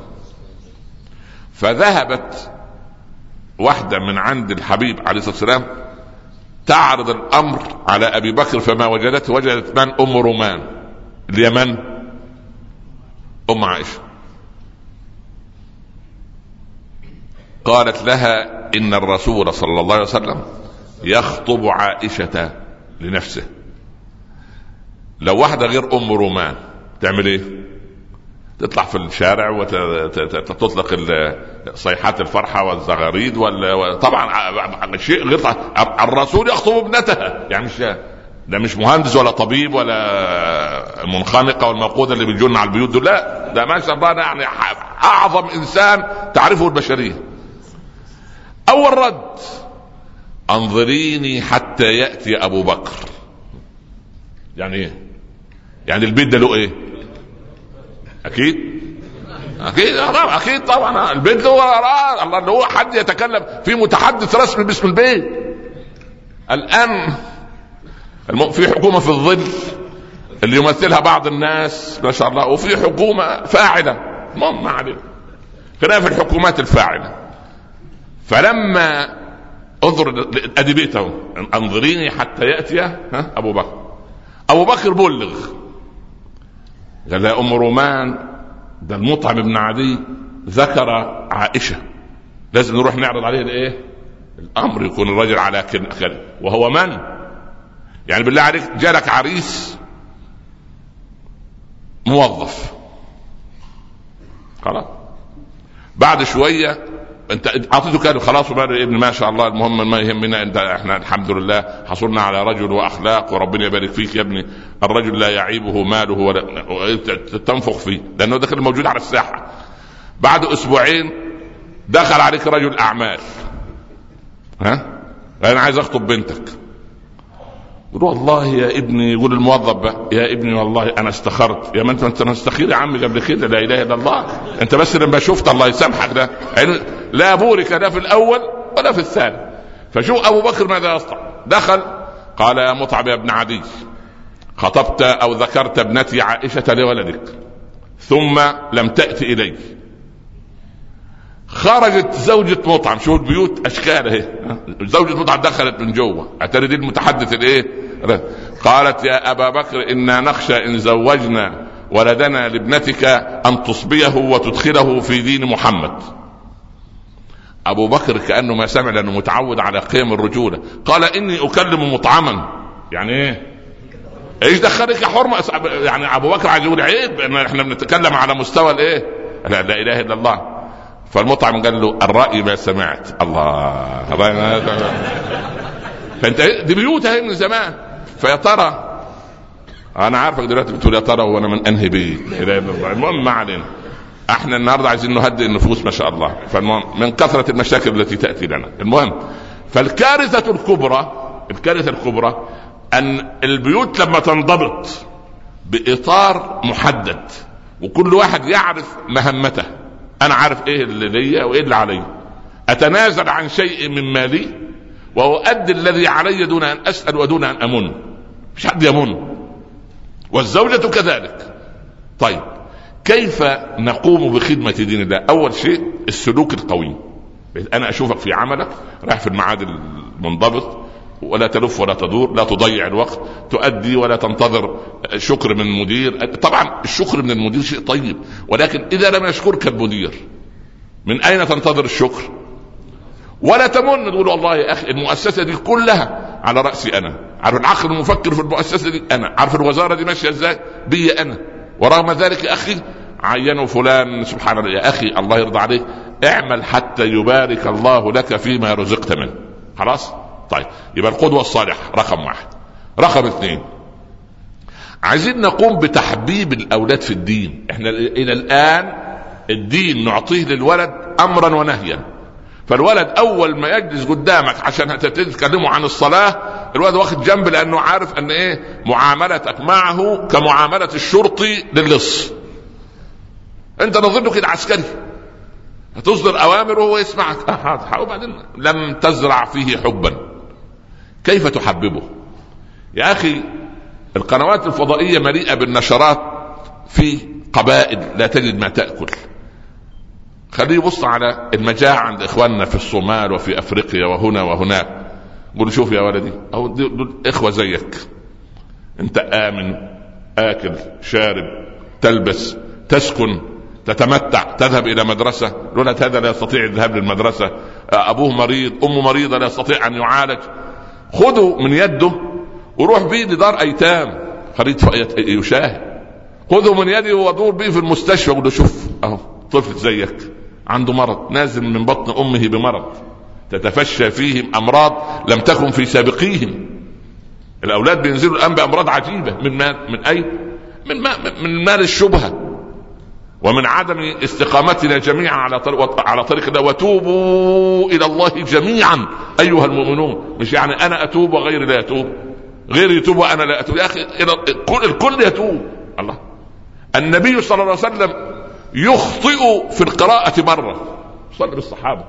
فذهبت واحدة من عند الحبيب عليه الصلاة والسلام تعرض الأمر على أبي بكر، فما وجدت من؟ أم رومان اليمن، أم عائشة. قالت لها إن الرسول صلى الله عليه وسلم يخطب عائشة لنفسه. لو واحدة غير أم رومان تعمل إيه؟ تطلع في الشارع وتطلق صيحات الفرحة والزغاريد طبعا شيء غير. الرسول يخطب ابنتها، يعني ده مش مهندس ولا طبيب ولا منخنقة والموقودة اللي بيجون على البيوت دول، لا، ده ما شاء الله يعني أعظم إنسان تعرفه البشرية. أول رد: أنظريني حتى يأتي أبو بكر. يعني إيه؟ يعني البيت ده له إيه؟ أكيد طبعا البيت له الله، اللي هو حد يتكلم في متحدث رسمي باسم البيت. الآن في حكومة في الظل اللي يمثلها بعض الناس ما شاء الله، وفي حكومة فاعلة، ما علينا، خلينا في الحكومات الفاعلة. فلما انظر ادي بيته، انظريني حتى ياتي ابو بكر. ابو بكر بلغ، قال يا ام رومان، ده المطعم بن عدي ذكر عائشه، لازم نروح نعرض عليه الايه الامر، يكون الرجل على كده. وهو من؟ يعني بالله عليك جالك عريس موظف، خلاص بعد شويه انت اعطيته كده خلاص وبقى ابن ما شاء الله، المهم ما يهمنا انت، احنا الحمد لله حصلنا على رجل واخلاق وربنا يبارك فيك يا ابني. الرجل لا يعيبه ماله ولا تنفخ فيه، لانه ده كان موجود على الساحه. بعد اسبوعين دخل عليك رجل اعمال، انا عايز اخطب بنتك. يقول والله يا ابني، يقول الموظف بقى يا ابني والله انا استخرت. يا ما انت مستخير يا عم قبل كده، لا اله الا الله، انت بس لما شفت الله يسامحك ده يعني لا بورك لا في الاول ولا في الثاني. فشوف ابو بكر ماذا يصنع. دخل قال يا مطعم يا ابن عدي، خطبت او ذكرت ابنتي عائشة لولدك ثم لم تأتي الي. خرجت زوجة مطعم، شوف البيوت اشكالها اهي، زوجة مطعم دخلت من جوه، اعترض المتحدث الايه، قالت يا ابا بكر انا نخشى ان زوجنا ولدنا لابنتك ان تصبيه وتدخله في دين محمد. ابو بكر كأنه ما سمع، لانه متعود على قيم الرجولة، قال اني اكلم مطعما. يعني ايه؟ ايش دخلك يا حرمة؟ يعني ابو بكر عايز يقول عيب ان احنا بنتكلم على مستوى الايه، لا اله الا الله. فالمطعم قال له الرأي ما سمعت. الله فانت دي بيوتها من زمان. فيا ترى انا عارفك دلوقتي بتقول يا ترى وانا من انهي بيت، المهم ما علينا، احنا النهارده عايزين نهدئ النفوس ما شاء الله. فالمهم من كثرة المشاكل التي تأتي لنا، المهم فالكارثة الكبرى ان البيوت لما تنضبط بإطار محدد وكل واحد يعرف مهمته، انا عارف ايه اللي ليا وايه اللي علي، اتنازل عن شيء من مالي واؤدي الذي علي دون ان اسال ودون ان امن. مش حد يمن، والزوجة كذلك. طيب كيف نقوم بخدمة دين الله؟ اول شيء السلوك القويم. انا اشوفك في عملك رايح في الميعاد المنضبط، ولا تلف ولا تدور، لا تضيع الوقت، تؤدي ولا تنتظر شكر من المدير. طبعا الشكر من المدير شيء طيب، ولكن اذا لم يشكرك المدير من اين تنتظر الشكر؟ ولا تمن تقول والله يا اخي المؤسسة دي كلها على رأسي انا، عارف العقل المفكر في المؤسسة دي انا، عارف الوزارة دي ماشية ازاي بي انا، ورغم ذلك يا اخي عينوا فلان. سبحان الله يا اخي، الله يرضى عليك، اعمل حتى يبارك الله لك فيما رزقت منه. خلاص طيب، يبقى القدوة الصالحة رقم 1. رقم 2، عايزين نقوم بتحبيب الأولاد في الدين. احنا إلى الآن الدين نعطيه للولد امرا ونهيا. فالولد اول ما يجلس قدامك عشان تتكلموا عن الصلاة، الولد واخد جنب، لانه عارف ان ايه معاملتك معه كمعاملة الشرطي للص. انت نظرته كده عسكري، هتصدر اوامره وهو يسمعك وبعدين لم تزرع فيه حبا. كيف تحببه يا اخي؟ القنوات الفضائية مليئة بالنشرات في قبائل لا تجد ما تأكل. خليه يبص على المجاعة عند اخواننا في الصومال وفي افريقيا وهنا وهناك، قول شوف يا ولدي، او دول اخوة زيك، انت امن، اكل شارب تلبس تسكن تتمتع، تذهب الى مدرسة. الولد هذا لا يستطيع الذهاب للمدرسة، ابوه مريض، امه مريضة، لا يستطيع ان يعالج. خذه من يده وروح بيه لدار ايتام، خليه يشاهد. خذه من يده ودور بيه في المستشفى، وقول له شوف اهو طفل زيك عنده مرض نازل من بطن امه بمرض تتفشى فيهم امراض لم تكن في سابقيهم. الاولاد بينزلوا الان بامراض عجيبة من اي من مال الشبهة ومن عدم استقامتنا جميعا على طريق الله. وتوبوا الى الله جميعا ايها المؤمنون. مش يعني انا اتوب وغيري لا يتوب، غيري يتوب وانا لا اتوب. يا اخي الكل يتوب. الله، النبي صلى الله عليه وسلم يخطئ في القراءة مرة، صلى بالصحابة،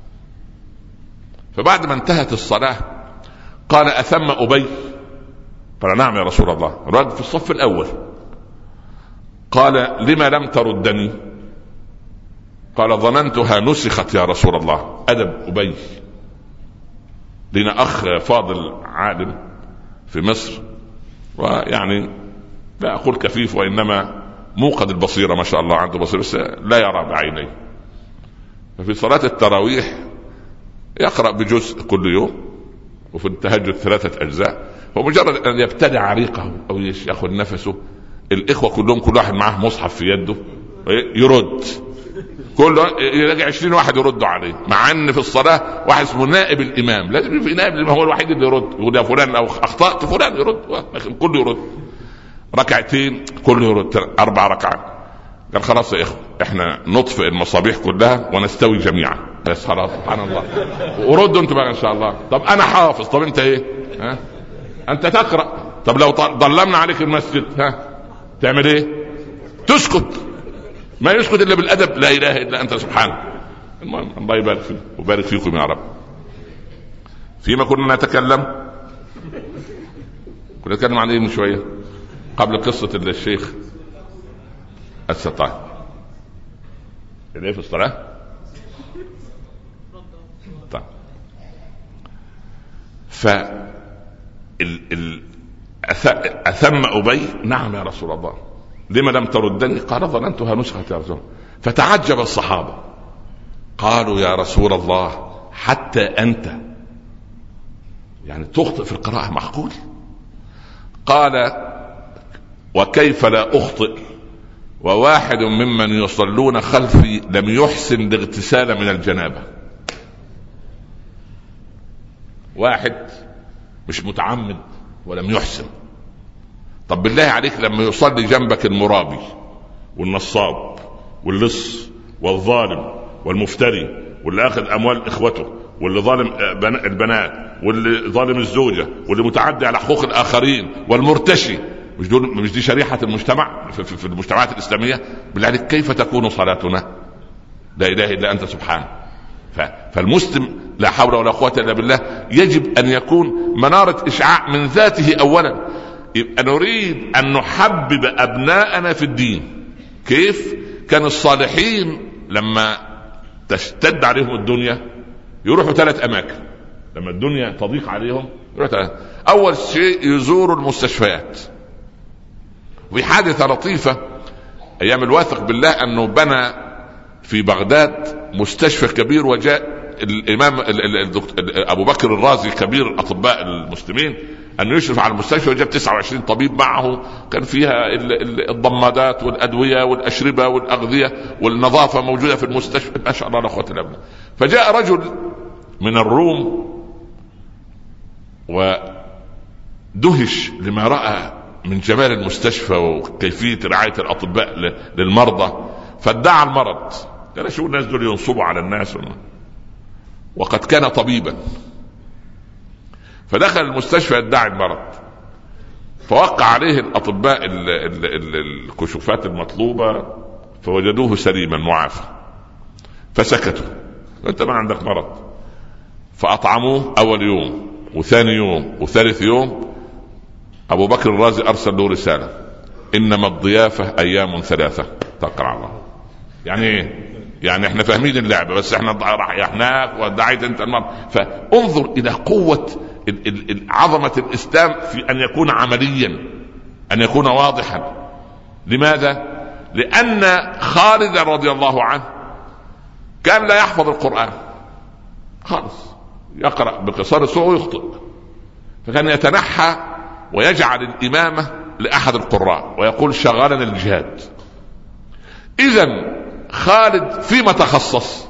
فبعد ما انتهت الصلاة قال أثم أبي؟ قال نعم يا رسول الله. الرجل في الصف الأول. قال لما لم تردني؟ قال ظننتها نسخت يا رسول الله. أدب أبي. لنا أخ فاضل عالم في مصر، ويعني لا أقول كفيف وإنما موقد البصيرة، ما شاء الله عنده بصيرة بس لا يرى بعينيه. ففي صلاة التراويح يقرأ بجزء كل يوم، وفي التهجد 3 أجزاء. ومجرد أن يبتدع ريقه أو ياخذ نفسه، الإخوة كلهم كل واحد معه مصحف في يده يرد، كله يلاقي 20 واحد يردوا عليه، مع ان في الصلاة واحد اسمه نائب الامام، لازم في نائب الامام هو الوحيد اللي يرد، يقول يا فلان لو اخطأت فلان يرد، كله يرد. ركعتين كله يرد، 4 ركعات. قال خلاص يا اخوة احنا نطفئ المصابيح كلها ونستوي جميعا، بس خلاص سبحان الله، وردوا انتوا بقى ان شاء الله. طب انا حافظ، طب انت ايه؟ ها انت تقرأ، طب لو ظلمنا عليك المسجد ها تعمل ايه؟ تسكت، ما يسكت الا بالادب، لا اله الا انت سبحانك. المهم الله يبارك فيك وبارك فيكم يا رب. فيما كنا نتكلم عن ايه من شويه قبل قصه الشيخ السطاي اللي في الصلاه. طيب أثم أبي؟ نعم يا رسول الله. لما لم تردني؟ قال ظننتها نسخت يا رسول الله. فتعجب الصحابة قالوا يا رسول الله حتى أنت يعني تخطئ في القراءة؟ معقول؟ قال وكيف لا أخطئ وواحد ممن يصلون خلفي لم يحسن الاغتسال من الجنابة. واحد مش متعمد ولم يحسن. طب بالله عليك لما يصلي جنبك المرابي والنصاب واللص والظالم والمفتري واللي اخذ اموال اخوته واللي ظالم البنات واللي ظالم الزوجة واللي متعدي على حقوق الاخرين والمرتشي، مش دي شريحة المجتمع في المجتمعات الاسلامية؟ بالله عليك كيف تكون صلاتنا؟ لا اله الا انت سبحانه. فالمسلم لا حول ولا قوة الا بالله يجب ان يكون منارة اشعاع من ذاته اولا. يبقى نريد ان نحبب ابناءنا في الدين. كيف كان الصالحين لما تشتد عليهم الدنيا يروحوا 3 اماكن، لما الدنيا تضيق عليهم يروحوا 3. اول شيء يزوروا المستشفيات. وفي حادثة لطيفة ايام الواثق بالله انه بنى في بغداد مستشفى كبير، وجاء الامام ابو بكر الرازي كبير اطباء المسلمين أن يشرف على المستشفى، وجاب 29 طبيب معه، كان فيها الضمادات والأدوية والأشربة والأغذية والنظافة موجودة في المستشفى، ما شاء الله لا قوة إلا بالله. فجاء رجل من الروم ودهش لما رأى من جمال المستشفى وكيفية رعاية الأطباء للمرضى، فادعى المرض. قال شو الناس دول ينصبوا على الناس، وقد كان طبيبا. فدخل المستشفى يدعي المرض، فوقع عليه الأطباء الكشوفات المطلوبة فوجدوه سليما معافى، فسكتوا. أنت ما عندك مرض. فأطعموه أول يوم وثاني يوم وثالث يوم. أبو بكر الرازي أرسل له رسالة: إنما الضيافة أيام ثلاثة تقرأ على الله. يعني احنا فاهمين اللعبة، بس احنا رحناك ودعيت انت المرض. فانظر إلى قوة عظمة الإسلام في أن يكون عمليا، أن يكون واضحا. لماذا؟ لأن خالد رضي الله عنه كان لا يحفظ القرآن خالص، يقرأ بقصار السوء ويخطئ، فكان يتنحى ويجعل الإمامة لأحد القراء ويقول شغلنا الجهاد. إذن خالد فيما تخصص؟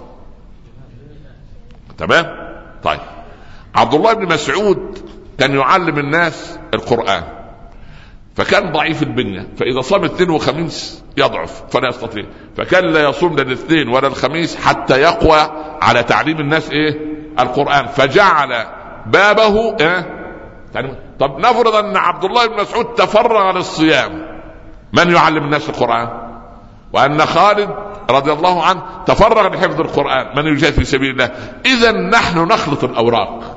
تمام. طيب، عبد الله بن مسعود كان يعلم الناس القرآن، فكان ضعيف البنية، فإذا صام الاثنين وخميس يضعف فلا يستطيع، فكان لا يصوم لا الاثنين ولا الخميس حتى يقوى على تعليم الناس القرآن، فجعل بابه طب نفرض أن عبد الله بن مسعود تفرغ للصيام، من يعلم الناس القرآن؟ وأن خالد رضي الله عنه تفرغ لحفظ القرآن، من يجاهد في سبيل الله؟ إذن نحن نخلط الأوراق.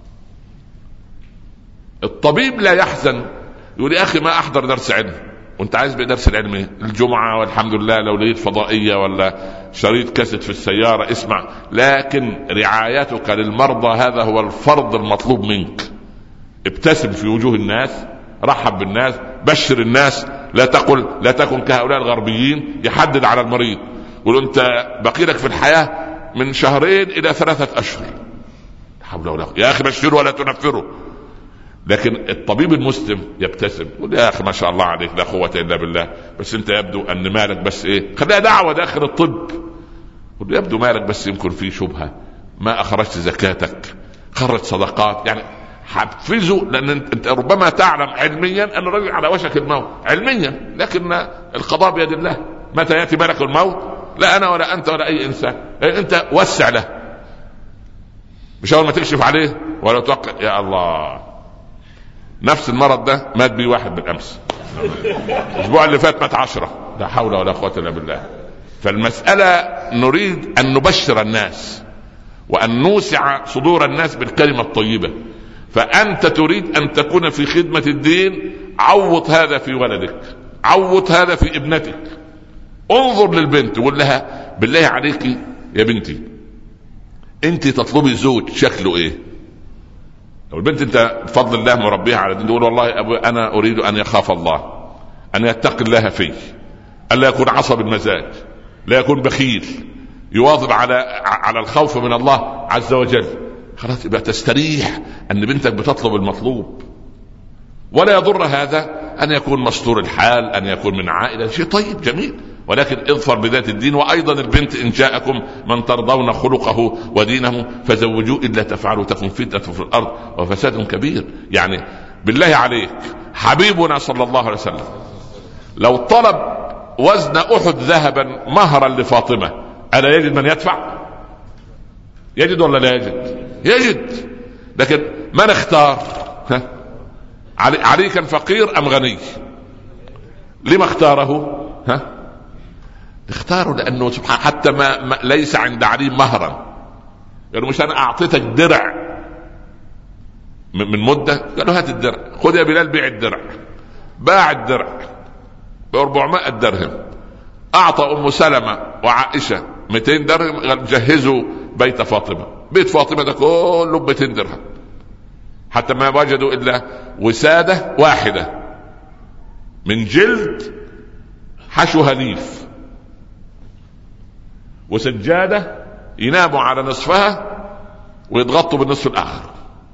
الطبيب لا يحزن يقول يا أخي ما أحضر درس علم، وانت عايز بدرس العلم الجمعة والحمد لله لو لقيت فضائية ولا شريط كاسيت في السيارة اسمع، لكن رعايتك للمرضى هذا هو الفرض المطلوب منك. ابتسم في وجوه الناس، رحب بالناس، بشر الناس، لا تكن كهؤلاء الغربيين يحدد على المريض يقول انت بقيلك في الحياة من 2 إلى 3 أشهر، حول ولا قوة. يا أخي بشره ولا تنفره. لكن الطبيب المسلم يبتسم يقول يا أخي ما شاء الله عليك لا قوة إلا بالله، بس انت يبدو أن مالك بس خليها دعوة داخل الطب، يبدو مالك بس يمكن فيه شبهة، ما أخرجت زكاتك، خرج صدقات، يعني حفزه. لأن انت ربما تعلم علميا أن الرجل على وشك الموت علميا، لكن القضاء بيد الله، متى يأتي ملك الموت لا أنا ولا أنت ولا أي إنسان. أنت وسع له، مش أول ما تكشف عليه ولا توقع يا الله. نفس المرض ده مات بيه واحد بالأمس، الأسبوع اللي فات مات 10، لا حول ولا قوة إلا بالله. فالمسألة نريد أن نبشر الناس وأن نوسع صدور الناس بالكلمة الطيبة. فأنت تريد أن تكون في خدمة الدين، عوض هذا في ولدك، عوض هذا في ابنتك. انظر للبنت وقول لها بالله عليك يا بنتي انت تطلبي زوج شكله ايه؟ لو البنت انت بفضل الله مربيها على الدين تقول والله ابو انا اريد ان يخاف الله، ان يتقي الله فيه، الا يكون عصب المزاج، لا يكون بخيل، يواظب على الخوف من الله عز وجل. خلاص يبقى تستريح ان بنتك بتطلب المطلوب. ولا يضر هذا ان يكون مستور الحال، ان يكون من عائلة، شيء طيب جميل، ولكن اظفر بذات الدين. وايضا البنت ان جاءكم من ترضون خلقه ودينه فزوجوه، الا تفعلوا تكن فتنة في الارض وفساد كبير. يعني بالله عليك حبيبنا صلى الله عليه وسلم لو طلب وزن احد ذهبا مهرا لفاطمة الا يجد من يدفع؟ يجد ولا لا يجد؟ يجد. لكن من اختار؟ علي كان فقير ام غني؟ لما اختاره؟ اختاره لانه سبحان حتى ما ليس عند علي مهرا. يعني مش انا اعطيتك درع من مدة، قالوا هات الدرع، خذ يا بلال بيع الدرع. باع الدرع ب400 درهم، اعطى ام سلمة وعائشة 200 درهم، قال جهزوا بيت فاطمة. بيت فاطمة ده كله 200 درهم، حتى ما وجدوا الا وسادة واحدة من جلد حشوها ليف، وسجادة يناموا على نصفها ويضغطوا بالنصف الآخر.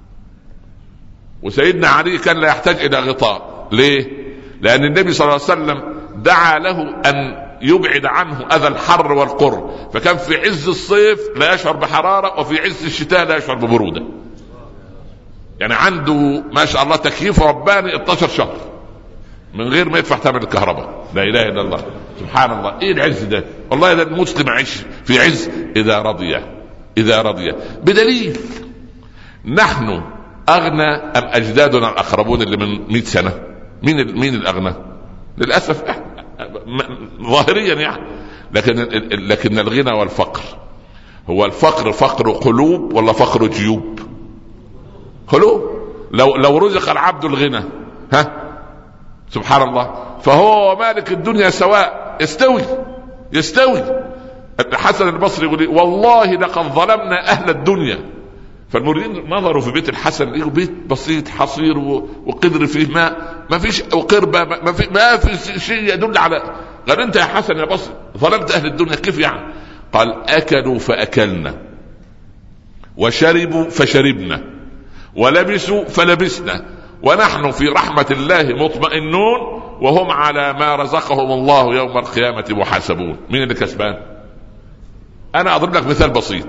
وسيدنا علي كان لا يحتاج إلى غطاء. ليه؟ لأن النبي صلى الله عليه وسلم دعا له أن يبعد عنه أذى الحر والقر، فكان في عز الصيف لا يشعر بحرارة، وفي عز الشتاء لا يشعر ببرودة. يعني عنده ما شاء الله تكييف رباني 12 شهر. من غير ما يدفع ثمن الكهرباء. لا اله الا الله، سبحان الله. ايه العز ده؟ والله ده المسلم عيش في عز اذا رضي بدليل نحن اغنى ام اجدادنا الاقربون اللي من 100 سنه؟ مين الاغنى؟ للاسف ظاهريا يعني. لكن الغنى والفقر، هو الفقر فقر قلوب ولا فقر جيوب؟ قلوب. لو رزق العبد الغنى سبحان الله، فهو مالك الدنيا سواء، يستوي. الحسن البصري يقول والله لقد ظلمنا اهل الدنيا. فالمريدين نظروا في بيت الحسن، لقوا بيت بسيط حصير وقدر فيه ماء، ما فيش وقربة، ما في شيء يدل على. قال انت يا حسن يا بصري ظلمت اهل الدنيا، كيف يعني؟ قال اكلوا فاكلنا، وشربوا فشربنا، ولبسوا فلبسنا، ونحن في رحمة الله مطمئنون، وهم على ما رزقهم الله يوم القيامة محاسبون. مين اللي كسبان؟ انا اضرب لك مثال بسيط.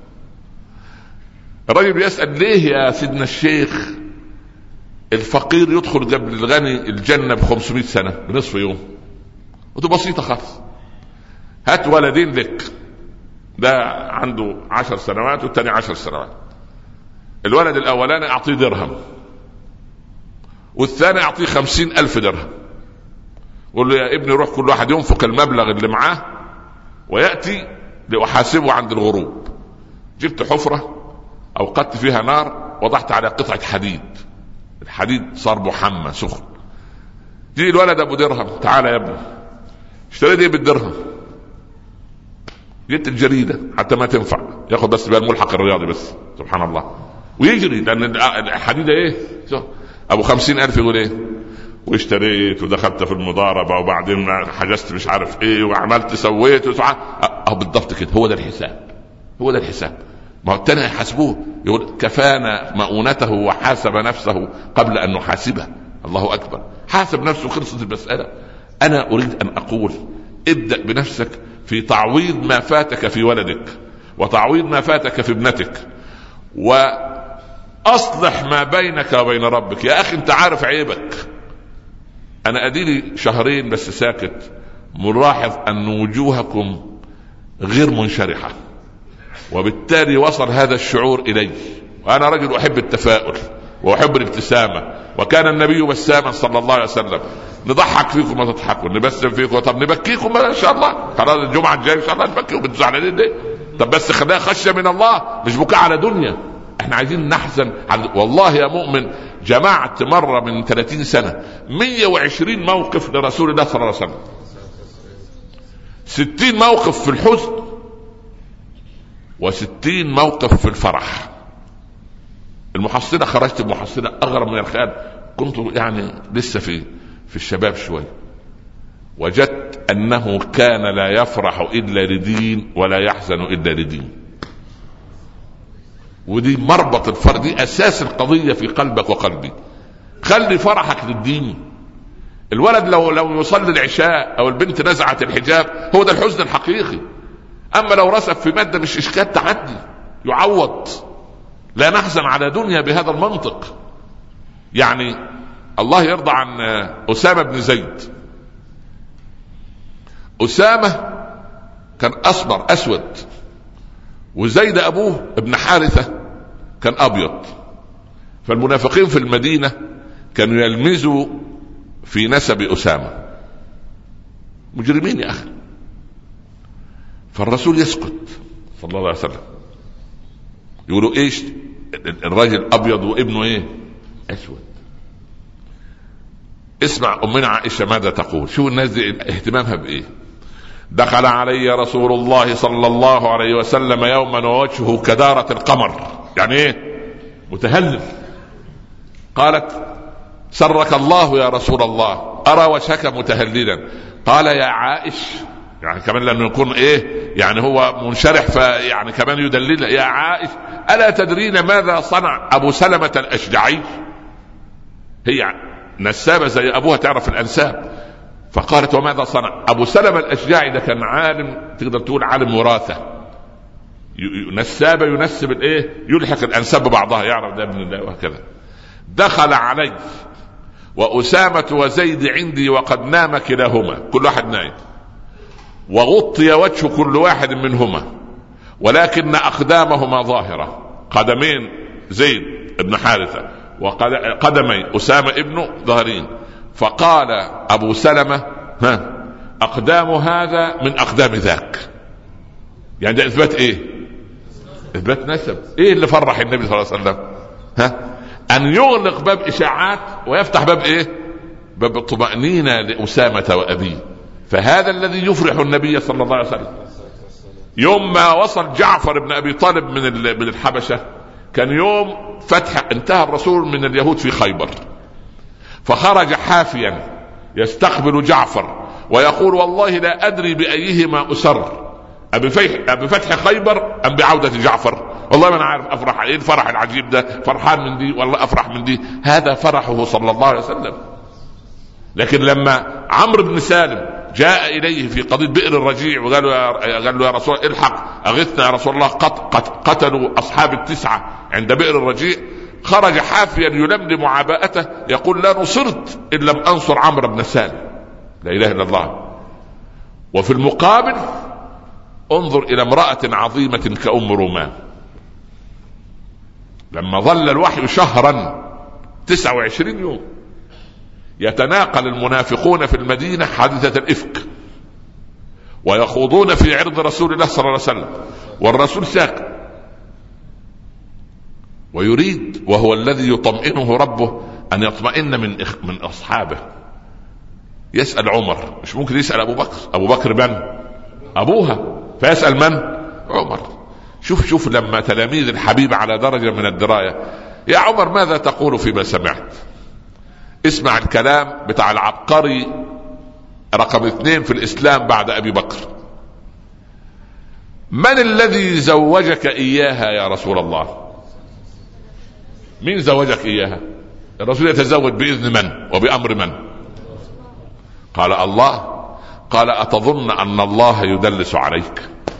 الرجل بيسأل ليه يا سيدنا الشيخ الفقير يدخل قبل الغني الجنة ب500 سنة بنصف يوم؟ وده بسيطة خالص. هات ولدين لك، ده عنده 10 سنوات والتاني 10 سنوات. الولد الاولاني اعطيه درهم، والثاني اعطيه 50,000 درهم. قول له يا ابني روح كل واحد ينفق المبلغ اللي معاه ويأتي لأحاسبه عند الغروب. جبت حفرة أوقدت فيها نار، وضعت على قطعة حديد، الحديد صار محمى سخن. جي الولد أبو درهم، تعال يا ابني اشتريت ايه بالدرهم؟ جبت الجريدة حتى ما تنفع، ياخد بس بقى الملحق الرياضي بس، سبحان الله، ويجري لأن الحديدة ايه أبو 50,000. يقول ايه؟ واشتريت ودخلت في المضاربة، وبعدين حجزت مش عارف ايه، وعملت سويت بالضبط كده. هو ده الحساب. ما هو التاني يحاسبوه، يقول كفانا مؤونته وحاسب نفسه قبل ان نحاسبه. الله اكبر، حاسب نفسه، خلصت المسألة. انا اريد ان اقول ابدأ بنفسك في تعويض ما فاتك في ولدك، وتعويض ما فاتك في ابنتك، واصلح ما بينك وبين ربك. يا اخي انت عارف عيبك. انا اديلي شهرين بس ساكت، ملاحظ ان وجوهكم غير منشرحة، وبالتالي وصل هذا الشعور الي. وانا رجل احب التفاؤل واحب الابتسامة، وكان النبي بساما صلى الله عليه وسلم. نضحك فيكم ما تضحكوا، نبسم فيكم، طب نبكيكم ان شاء الله، خلاص الجمعة الجاية ان شاء الله نبكيكم. بتزعلين ليه؟ طب بس خليها خشية من الله، مش بكاء على دنيا. احنا عايزين نحزن والله يا مؤمن. جمعت مرة من 30 سنة 120 موقف لرسول الله صلى الله عليه وسلم، 60 موقف في الحزن، و60 موقف في الفرح. المحصلة خرجت بمحصلة أغرب من الخيال. كنت يعني لسه في الشباب شوي، وجدت أنه كان لا يفرح إلا لدين ولا يحزن إلا لدين. ودي مربط الفرق، دي أساس القضية في قلبك وقلبي. خلي فرحك للدين. الولد لو يصلي العشاء أو البنت نزعت الحجاب، هو ده الحزن الحقيقي. أما لو رسب في مادة مش إشكال، تعدي يعوض. لا نحزن على دنيا بهذا المنطق. يعني الله يرضى عن أسامة بن زيد. أسامة كان أصبر أسود، وزيد أبوه ابن حارثة كان أبيض. فالمنافقين في المدينة كانوا يلمزوا في نسب أسامة، مجرمين يا أخي. فالرسول يسكت صلى الله عليه وسلم. يقولوا إيش؟ الراجل أبيض وابنه إيه؟ أسود. اسمع أمنا عائشة ماذا تقول. شو الناس دي اهتمامها بإيه؟ دخل علي رسول الله صلى الله عليه وسلم يوما ووجهه كدارة القمر. يعني ايه؟ متهلل. قالت سرك الله يا رسول الله، أرى وجهك متهللا. قال يا عائش، يعني كمان لأنه يكون ايه، يعني هو منشرح فيعني كمان يدلل. يا عائش ألا تدرين ماذا صنع أبو سلمة الأشجعي؟ هي نسابة زي أبوها، تعرف الأنساب. فقالت وماذا صنع أبو سلمة الأشجعي؟ ده كان عالم، تقدر تقول عالم وراثة، نسابة ينسب الايه، يلحق الأنساب ببعضها، يعرف ده ابن الله وهكذا. دخل علي وأسامة وزيد عندي وقد نام كلاهما، كل واحد نايم، وغطي وجه كل واحد منهما، ولكن أقدامهما ظاهرة، قدمين زيد بن حارثة وقدمي أسامة ابنه ظاهرين. فقال أبو سلمة: أقدام هذا من أقدام ذاك. يعني ده إثبات إيه؟ إثبات نسب. إيه اللي فرح النبي صلى الله عليه وسلم؟ أن يغلق باب إشاعات ويفتح باب إيه؟ باب الطمأنينة لأسامة وأبيه. فهذا الذي يفرح النبي صلى الله عليه وسلم. يوم ما وصل جعفر بن أبي طالب من الحبشة، كان يوم فتح، انتهى الرسول من اليهود في خيبر، فخرج حافيا يستقبل جعفر ويقول: والله لا أدري بأيهما أسر، بفتح خيبر أم بعودة جعفر؟ والله ما أنا عارف أفرح إيه الفرح العجيب ده، فرحان من دي والله أفرح من دي. هذا فرحه صلى الله عليه وسلم. لكن لما عمرو بن سالم جاء إليه في قضية بئر الرجيع وقال له: يا رسول الله الحق أغثنا يا رسول الله، قتلوا أصحاب التسعة عند بئر الرجيع، خرج حافيا يلملم عباءته يقول: لا نصرت إن لم أنصر عمرو بن سالم. لا إله إلا الله. وفي المقابل انظر إلى امرأة عظيمة كأم رومان، لما ظل الوحي شهرا 29 يوم يتناقل المنافقون في المدينة حادثة الإفك ويخوضون في عرض رسول الله صلى الله عليه وسلم، والرسول ساكت ويريد، وهو الذي يطمئنه ربه، أن يطمئن من أصحابه. يسأل عمر، مش ممكن يسأل أبو بكر من؟ أبوها، فيسأل من؟ عمر. شوف لما تلاميذ الحبيب على درجة من الدراية: يا عمر ماذا تقول فيما سمعت؟ اسمع الكلام بتاع العبقري رقم 2 في الإسلام بعد أبي بكر: من الذي زوجك إياها يا رسول الله؟ مين زوجك إياها؟ الرسول يتزوج بإذن من وبأمر من؟ قال: الله. قال: أتظن أن الله يدلس عليك؟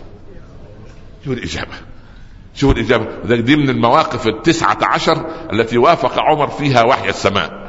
شوف الإجابة. دي من المواقف 19 التي وافق عمر فيها وحي السماء.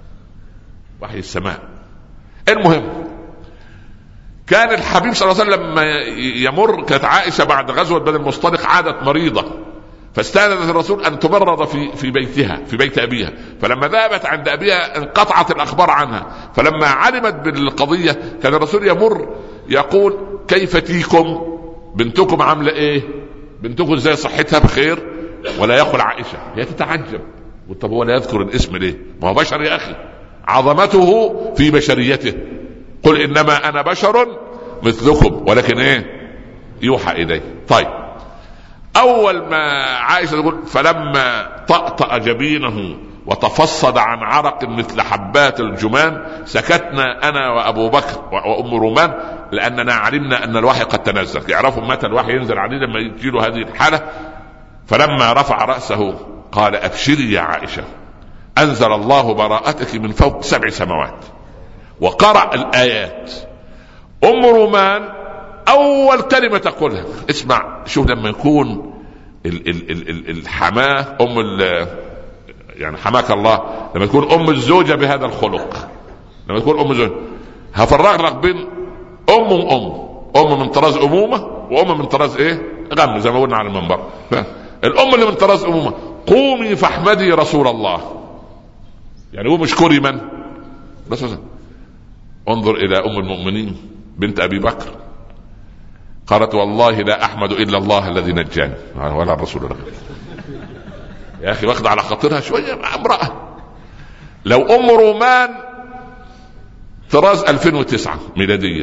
المهم، كان الحبيب صلى الله عليه وسلم لما يمر، كانت عائشة بعد غزوة بني المصطلق عادت مريضة، فاستأذنت الرسول أن تمرض في بيتها، في بيت أبيها. فلما ذهبت عند أبيها انقطعت الأخبار عنها، فلما علمت بالقضية كان الرسول يمر يقول: كيف تيكم؟ بنتكم عاملة إيه؟ بنتكم إزاي؟ صحتها بخير؟ ولا يقول عائشة. هي تتعجب، طب هو لا يذكر الاسم ليه؟ ما هو بشر يا أخي، عظمته في بشريته. قل إنما أنا بشر مثلكم ولكن إيه؟ يوحى إليه. طيب، أول ما عائشة تقول: فلما طأطأ جبينه وتفصد عن عرق مثل حبات الجمان سكتنا أنا وأبو بكر وأم رومان، لأننا علمنا أن الوحي قد تنزل. يعرفوا متى الوحي ينزل عليه لما يجيله هذه الحالة. فلما رفع رأسه قال: أبشري يا عائشة، أنزل الله براءتك من فوق 7 سماوات. وقرأ الآيات. أم رومان أول كلمة تقولها، اسمع، شوف لما يكون الحماة يعني حماك الله، لما تكون أم الزوجة بهذا الخلق، لما تكون أم الزوجة، هفرق لك بين أم من طراز أمومة وأم من طراز إيه؟ غم، زي ما قلنا على المنبر. الأم اللي من طراز أمومة: قومي فاحمدي رسول الله. يعني هو مشكوري من؟ بس انظر إلى أم المؤمنين بنت أبي بكر، قالت: والله لا أحمد إلا الله الذي نجاني ولا الرسول الله. يا أخي واخد على خاطرها شوية مع امرأة. لو أم رومان طراز 2009 ميلادية،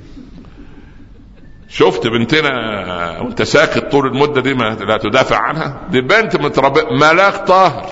شفت بنتنا وانت ساكت طول المدة دي ما لا تدافع عنها؟ دي بنت ملاك طاهر.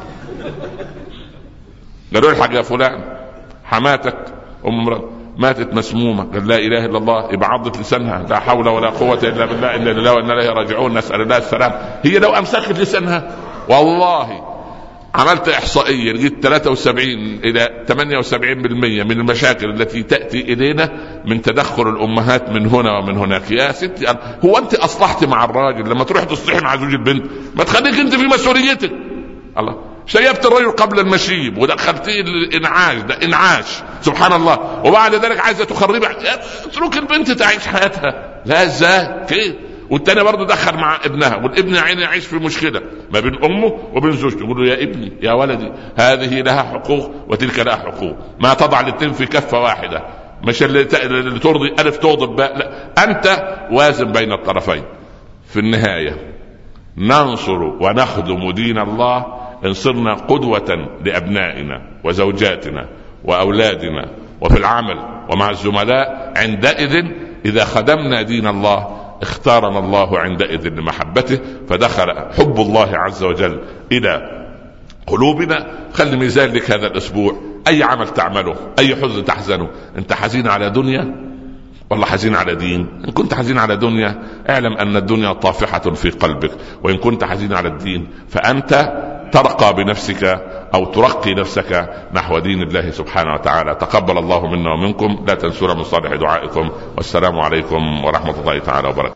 قالوا الحاج يا فلان حماتك أم مراد ماتت مسمومة، قال: لا إله إلا الله. يبقى عضت لسانها: لا حول ولا قوة إلا بالله، إنا لله وإنا إليه راجعون، نسأل الله السلام. هي لو أمسكت لسانها والله عملت إحصائية لقيت 73 إلى 78% من المشاكل التي تأتي إلينا من تدخل الأمهات من هنا ومن هناك. يا ستي، هو أنت أصلحت مع الراجل لما تروح تصلحي مع زوج البنت؟ ما تخليك أنت في مسؤوليتك. الله، شيبت الرجل قبل المشيب ودخلتيه الانعاش، ده انعاش سبحان الله، وبعد ذلك عايزه تخربها. اترك البنت تعيش حياتها. لا ازاي كيف؟ والتاني برضه دخل مع ابنها، والابن يا عيني يعيش في مشكله ما بين امه وبين زوجته. يقول له يا ابني يا ولدي هذه لها حقوق وتلك لها حقوق، ما تضع الاثنين في كفه واحده، مش اللي ترضي الف تغضب باء، لا انت وازن بين الطرفين. في النهايه ننصر ونخدم دين الله ان صرنا قدوه لابنائنا وزوجاتنا واولادنا وفي العمل ومع الزملاء. عندئذ اذا خدمنا دين الله اختارنا الله عندئذ لمحبته، فدخل حب الله عز وجل الى قلوبنا. خلي ميزان لك هذا الاسبوع، اي عمل تعمله، اي حزن تحزنه، انت حزين على دنيا والله حزين على دين؟ ان كنت حزين على دنيا اعلم ان الدنيا طافحة في قلبك، وان كنت حزين على الدين فانت ترقى بنفسك او ترقي نفسك نحو دين الله سبحانه وتعالى. تقبل الله منا ومنكم. لا تنسونا من صالح دعائكم، والسلام عليكم ورحمة الله تعالى وبركاته.